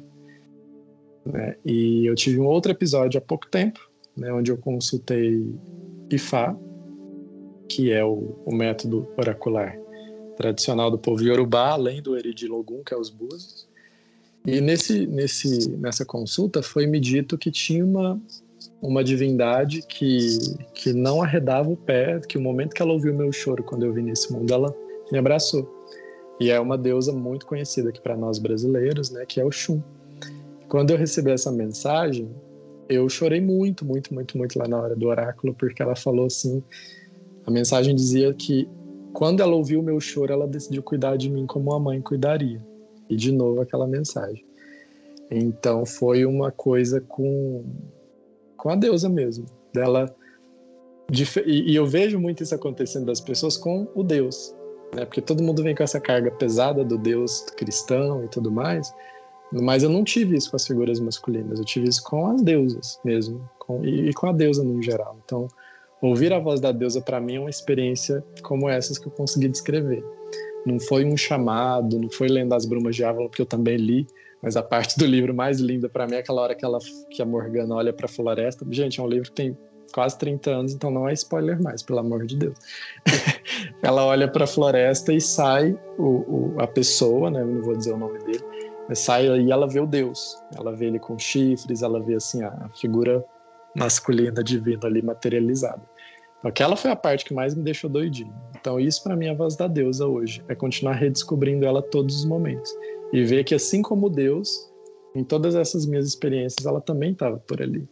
Né? E eu tive um outro episódio há pouco tempo, né, onde eu consultei Ifá, que é o, o método oracular tradicional do povo Yorubá, além do Eridilogum, que é os búzios. E nesse, nesse, nessa consulta foi-me dito que tinha uma, uma divindade que, que não arredava o pé, que o momento que ela ouviu meu choro quando eu vim nesse mundo, ela me abraçou. E é uma deusa muito conhecida aqui para nós brasileiros, né, que é Oxum. Quando eu recebi essa mensagem, eu chorei muito, muito, muito, muito lá na hora do oráculo, porque ela falou assim, a mensagem dizia que quando ela ouviu o meu choro, ela decidiu cuidar de mim como a mãe cuidaria. E de novo aquela mensagem. Então foi uma coisa com, com a deusa mesmo. Dela, de, e, e eu vejo muito isso acontecendo das pessoas com o Deus. Né? Porque todo mundo vem com essa carga pesada do Deus cristão e tudo mais. Mas eu não tive isso com as figuras masculinas. Eu tive isso com as deusas mesmo. Com, e, e com a deusa no geral. Então ouvir a voz da deusa para mim é uma experiência como essas que eu consegui descrever. Não foi um chamado, não foi lendo As Brumas de Avalon, que eu também li, mas a parte do livro mais linda para mim é aquela hora que, ela, que a Morgana olha para a floresta. Gente, é um livro que tem quase trinta anos, então não é spoiler mais, pelo amor de Deus. Ela olha para a floresta e sai o, o, a pessoa, né, não vou dizer o nome dele, mas sai e ela vê o Deus. Ela vê ele com chifres, ela vê assim, a, a figura masculina divina ali materializada. Aquela foi a parte que mais me deixou doidinho. Então isso para mim é a voz da deusa hoje. É continuar redescobrindo ela todos os momentos. E ver que assim como Deus, em todas essas minhas experiências, ela também estava por ali.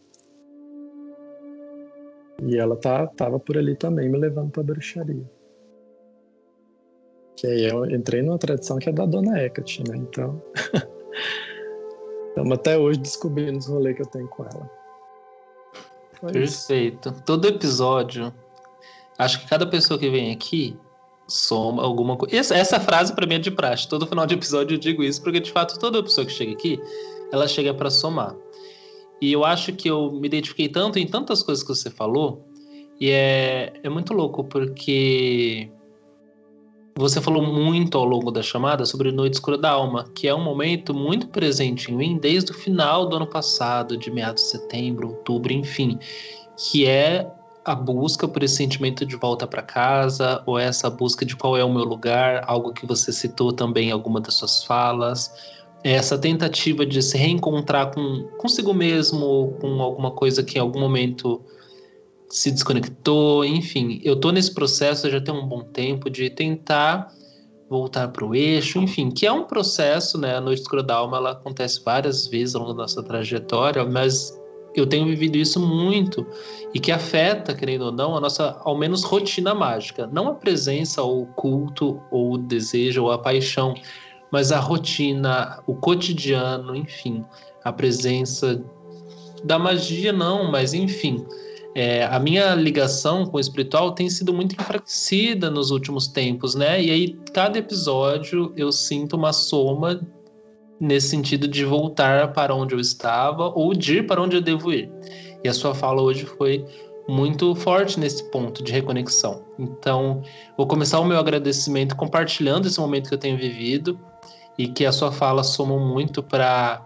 E ela tá, tava por ali também, me levando para a bruxaria. Que aí eu entrei numa tradição que é da Dona Hecate, né? Então, estamos até hoje descobrindo os rolês que eu tenho com ela. Foi Perfeito. Isso. Todo episódio, acho que cada pessoa que vem aqui soma alguma coisa. Essa, essa frase para mim é de praxe. Todo final de episódio eu digo isso, porque de fato toda pessoa que chega aqui, ela chega para somar. E eu acho que eu me identifiquei tanto em tantas coisas que você falou, e é, é muito louco, porque você falou muito ao longo da chamada sobre Noite Escura da Alma, que é um momento muito presente em mim desde o final do ano passado, de meados de setembro, outubro, enfim, que é a busca por esse sentimento de volta para casa, ou essa busca de qual é o meu lugar, algo que você citou também em alguma das suas falas, essa tentativa de se reencontrar com consigo mesmo, ou com alguma coisa que em algum momento se desconectou, enfim, eu tô nesse processo já tem um bom tempo de tentar voltar para o eixo, enfim, que é um processo, né? A Noite Escura da Alma, ela acontece várias vezes ao longo da nossa trajetória, mas eu tenho vivido isso muito e que afeta, querendo ou não, a nossa, ao menos, rotina mágica, não a presença ou o culto ou o desejo ou a paixão, mas a rotina, o cotidiano, enfim, a presença da magia não, mas enfim, É, a minha ligação com o espiritual tem sido muito enfraquecida nos últimos tempos, né? E aí, cada episódio eu sinto uma soma nesse sentido de voltar para onde eu estava ou de ir para onde eu devo ir. E a sua fala hoje foi muito forte nesse ponto de reconexão. Então, vou começar o meu agradecimento compartilhando esse momento que eu tenho vivido e que a sua fala soma muito para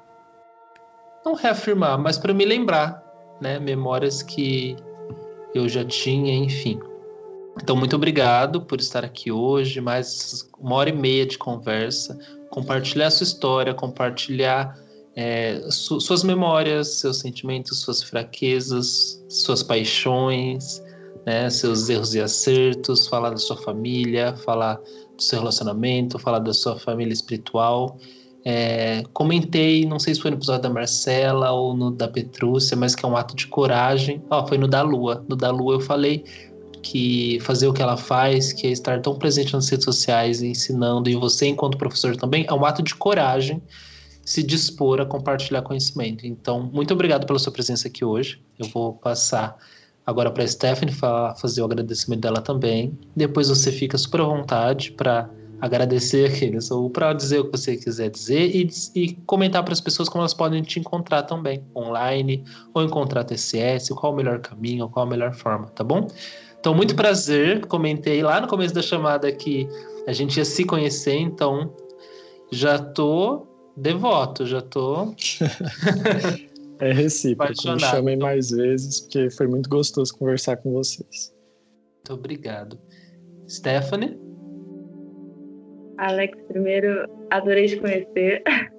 não reafirmar, mas para me lembrar, né, memórias que eu já tinha, enfim. Então, muito obrigado por estar aqui hoje, mais uma hora e meia de conversa, compartilhar sua história, compartilhar é, su- suas memórias, seus sentimentos, suas fraquezas, suas paixões, né, seus erros e acertos, falar da sua família, falar do seu relacionamento, falar da sua família espiritual. É, comentei, não sei se foi no episódio da Marcela ou no da Petrúcia, mas que é um ato de coragem. Ó, foi no da Lua. No da Lua eu falei que fazer o que ela faz, que é estar tão presente nas redes sociais, ensinando, e você enquanto professor também, é um ato de coragem se dispor a compartilhar conhecimento. Então, muito obrigado pela sua presença aqui hoje. Eu vou passar agora para a Stephanie fazer o agradecimento dela também. Depois você fica super à vontade para agradecer aqueles, ou para dizer o que você quiser dizer e, e comentar para as pessoas como elas podem te encontrar também, online, ou encontrar T C S, qual o melhor caminho, qual a melhor forma, tá bom? Então, muito prazer, comentei lá no começo da chamada que a gente ia se conhecer, então já tô devoto, já tô... É recíproco, me chamem então. mais vezes, porque foi muito gostoso conversar com vocês. Muito obrigado. Stephanie? Alex, primeiro, adorei te conhecer.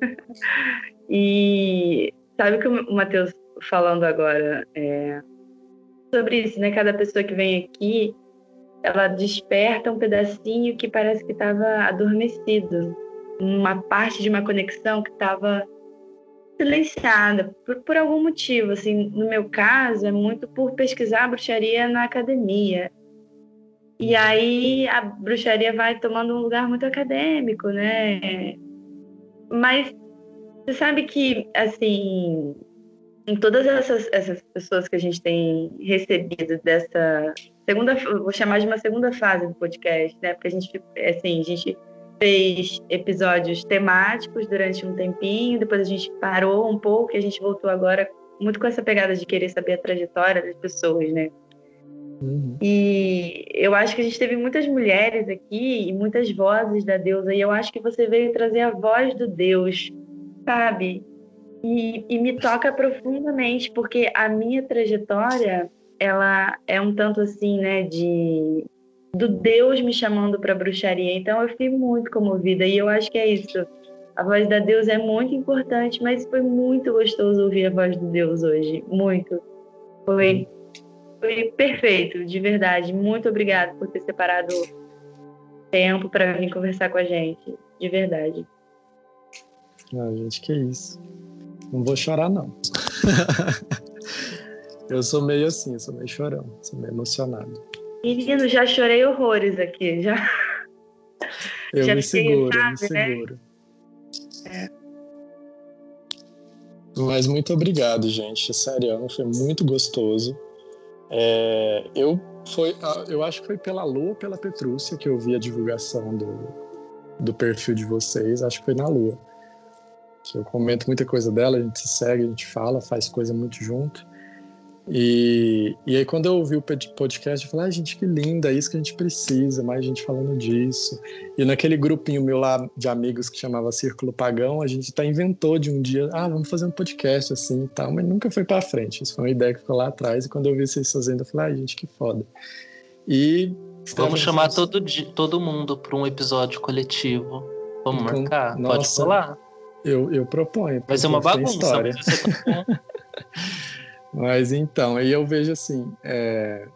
E sabe o que o Matheus falando agora é, sobre isso, né? Cada pessoa que vem aqui, ela desperta um pedacinho que parece que estava adormecido, uma parte de uma conexão que estava silenciada por, por algum motivo. Assim, no meu caso, é muito por pesquisar bruxaria na academia. E aí a bruxaria vai tomando um lugar muito acadêmico, né? Mas você sabe que, assim, em todas essas, essas pessoas que a gente tem recebido dessa segunda, vou chamar de uma segunda fase do podcast, né? Porque a gente, assim, a gente fez episódios temáticos durante um tempinho, depois a gente parou um pouco e a gente voltou agora muito com essa pegada de querer saber a trajetória das pessoas, né? Uhum. E eu acho que a gente teve muitas mulheres aqui e muitas vozes da deusa, e eu acho que você veio trazer a voz do Deus, sabe? E, e me toca profundamente, porque a minha trajetória, ela é um tanto assim, né, de do Deus me chamando para bruxaria. Então eu fiquei muito comovida, e eu acho que é isso. A voz da deusa é muito importante, mas foi muito gostoso ouvir a voz do Deus hoje, muito. Foi Foi perfeito, de verdade. Muito obrigada por ter separado tempo para vir conversar com a gente, de verdade. Ah, gente, que isso. Não vou chorar, não. Eu sou meio assim, eu sou meio chorão, sou meio emocionado. Menino, já chorei horrores aqui, já. Eu já me fiquei, seguro, sabe, eu me seguro. Né? É. Mas muito obrigado, gente. Sério, foi muito gostoso. É, eu, foi, eu acho que foi pela Lua ou pela Petrúcia que eu vi a divulgação do, do perfil de vocês. Acho que foi na Lua. Que eu comento muita coisa dela, a gente se segue, a gente fala, faz coisa muito junto. E, e aí quando eu ouvi o podcast, eu falei, ah, gente, que linda, é isso que a gente precisa, mais gente falando disso. E naquele grupinho meu lá de amigos que chamava Círculo Pagão, a gente até inventou de um dia, ah, vamos fazer um podcast assim e tal, mas nunca foi pra frente. Isso foi uma ideia que ficou lá atrás, e quando eu vi vocês fazendo, eu falei, ah, gente, que foda. E... Vamos chamar todo, todo mundo para um episódio coletivo. Vamos com, marcar? Nossa, pode falar. Eu, eu proponho. Vai ser uma bagunça. História. Mas, vai ser tão bom. Mas então, aí eu vejo assim... É...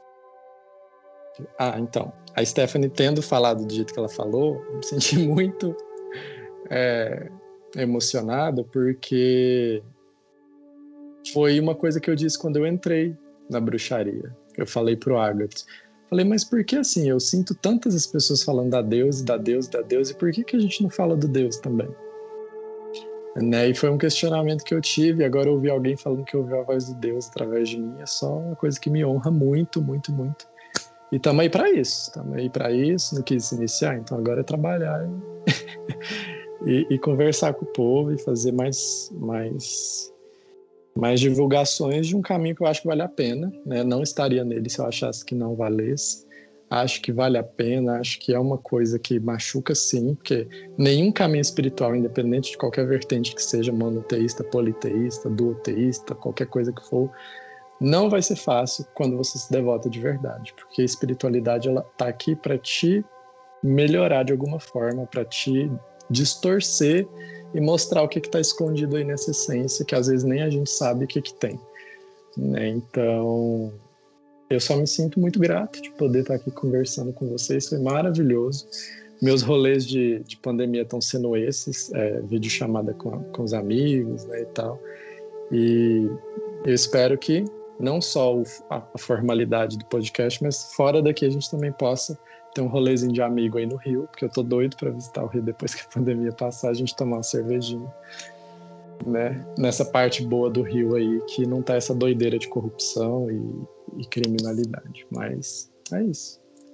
Ah, então. A Stephanie, tendo falado do jeito que ela falou, eu me senti muito é, emocionado, porque foi uma coisa que eu disse quando eu entrei na bruxaria. Eu falei pro Agathos. Falei, mas por que assim? Eu sinto tantas as pessoas falando da Deus, da Deus, da Deus, e por que, que a gente não fala do Deus também? Né? E foi um questionamento que eu tive, e agora eu ouvi alguém falando que ouviu a voz de Deus através de mim, é só uma coisa que me honra muito, muito, muito. E estamos aí para isso, estamos aí para isso, não quis se iniciar, então agora é trabalhar e, e, e conversar com o povo e fazer mais, mais, mais divulgações de um caminho que eu acho que vale a pena, né? Não estaria nele se eu achasse que não valesse. Acho que vale a pena, acho que é uma coisa que machuca sim, porque nenhum caminho espiritual, independente de qualquer vertente que seja, monoteísta, politeísta, duoteísta, qualquer coisa que for, não vai ser fácil quando você se devota de verdade, porque a espiritualidade ela tá aqui para te melhorar de alguma forma, para te distorcer e mostrar o que está escondido aí nessa essência, que às vezes nem a gente sabe o que, que tem. Né? Então... eu só me sinto muito grato de poder estar aqui conversando com vocês, foi maravilhoso. Meus rolês de, de pandemia estão sendo esses, é, videochamada com, com os amigos, né, e tal. E eu espero que não só o, a, a formalidade do podcast, mas fora daqui a gente também possa ter um rolezinho de amigo aí no Rio, porque eu tô doido para visitar o Rio depois que a pandemia passar, a gente tomar uma cervejinha. Né? Nessa parte boa do Rio aí, que não tá essa doideira de corrupção e, e criminalidade, mas é isso.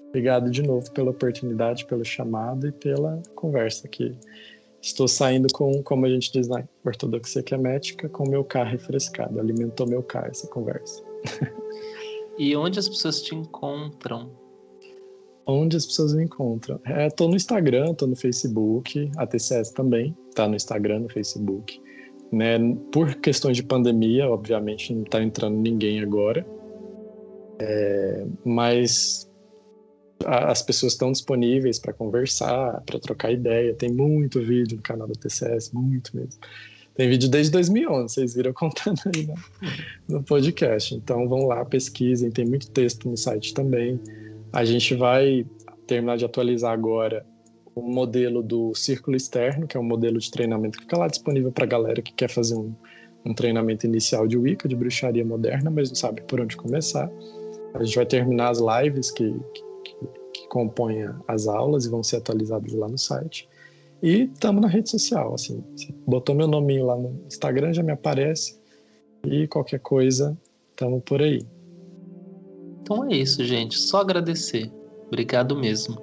Obrigado de novo pela oportunidade, pelo chamado e pela conversa aqui. Estou saindo com, como a gente diz na ortodoxia quemética, com meu carro refrescado. Alimentou meu carro essa conversa. E onde as pessoas te encontram? Onde as pessoas me encontram? É, tô no Instagram, tô no Facebook, a T C S também tá no Instagram, no Facebook. Né? Por questões de pandemia, obviamente, não tá entrando ninguém agora. É, mas a, as pessoas estão disponíveis para conversar, para trocar ideia. Tem muito vídeo no canal da T C S, muito mesmo. Tem vídeo desde dois mil e onze, vocês viram contando aí, né? No podcast. Então vão lá, pesquisem, tem muito texto no site também. A gente vai terminar de atualizar agora o modelo do Círculo Externo, que é um modelo de treinamento que fica lá disponível para a galera que quer fazer um, um treinamento inicial de Wicca, de bruxaria moderna, mas não sabe por onde começar. A gente vai terminar as lives que, que, que compõem as aulas e vão ser atualizadas lá no site. E estamos na rede social, assim, você botou meu nominho lá no Instagram, já me aparece, e qualquer coisa, estamos por aí. Então é isso, gente. Só agradecer. Obrigado mesmo.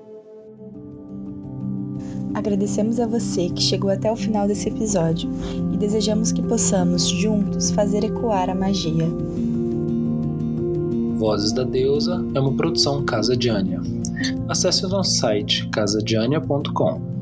Agradecemos a você que chegou até o final desse episódio e desejamos que possamos, juntos, fazer ecoar a magia. Vozes da Deusa é uma produção Casa de Anya. Acesse o nosso site casa de anya ponto com.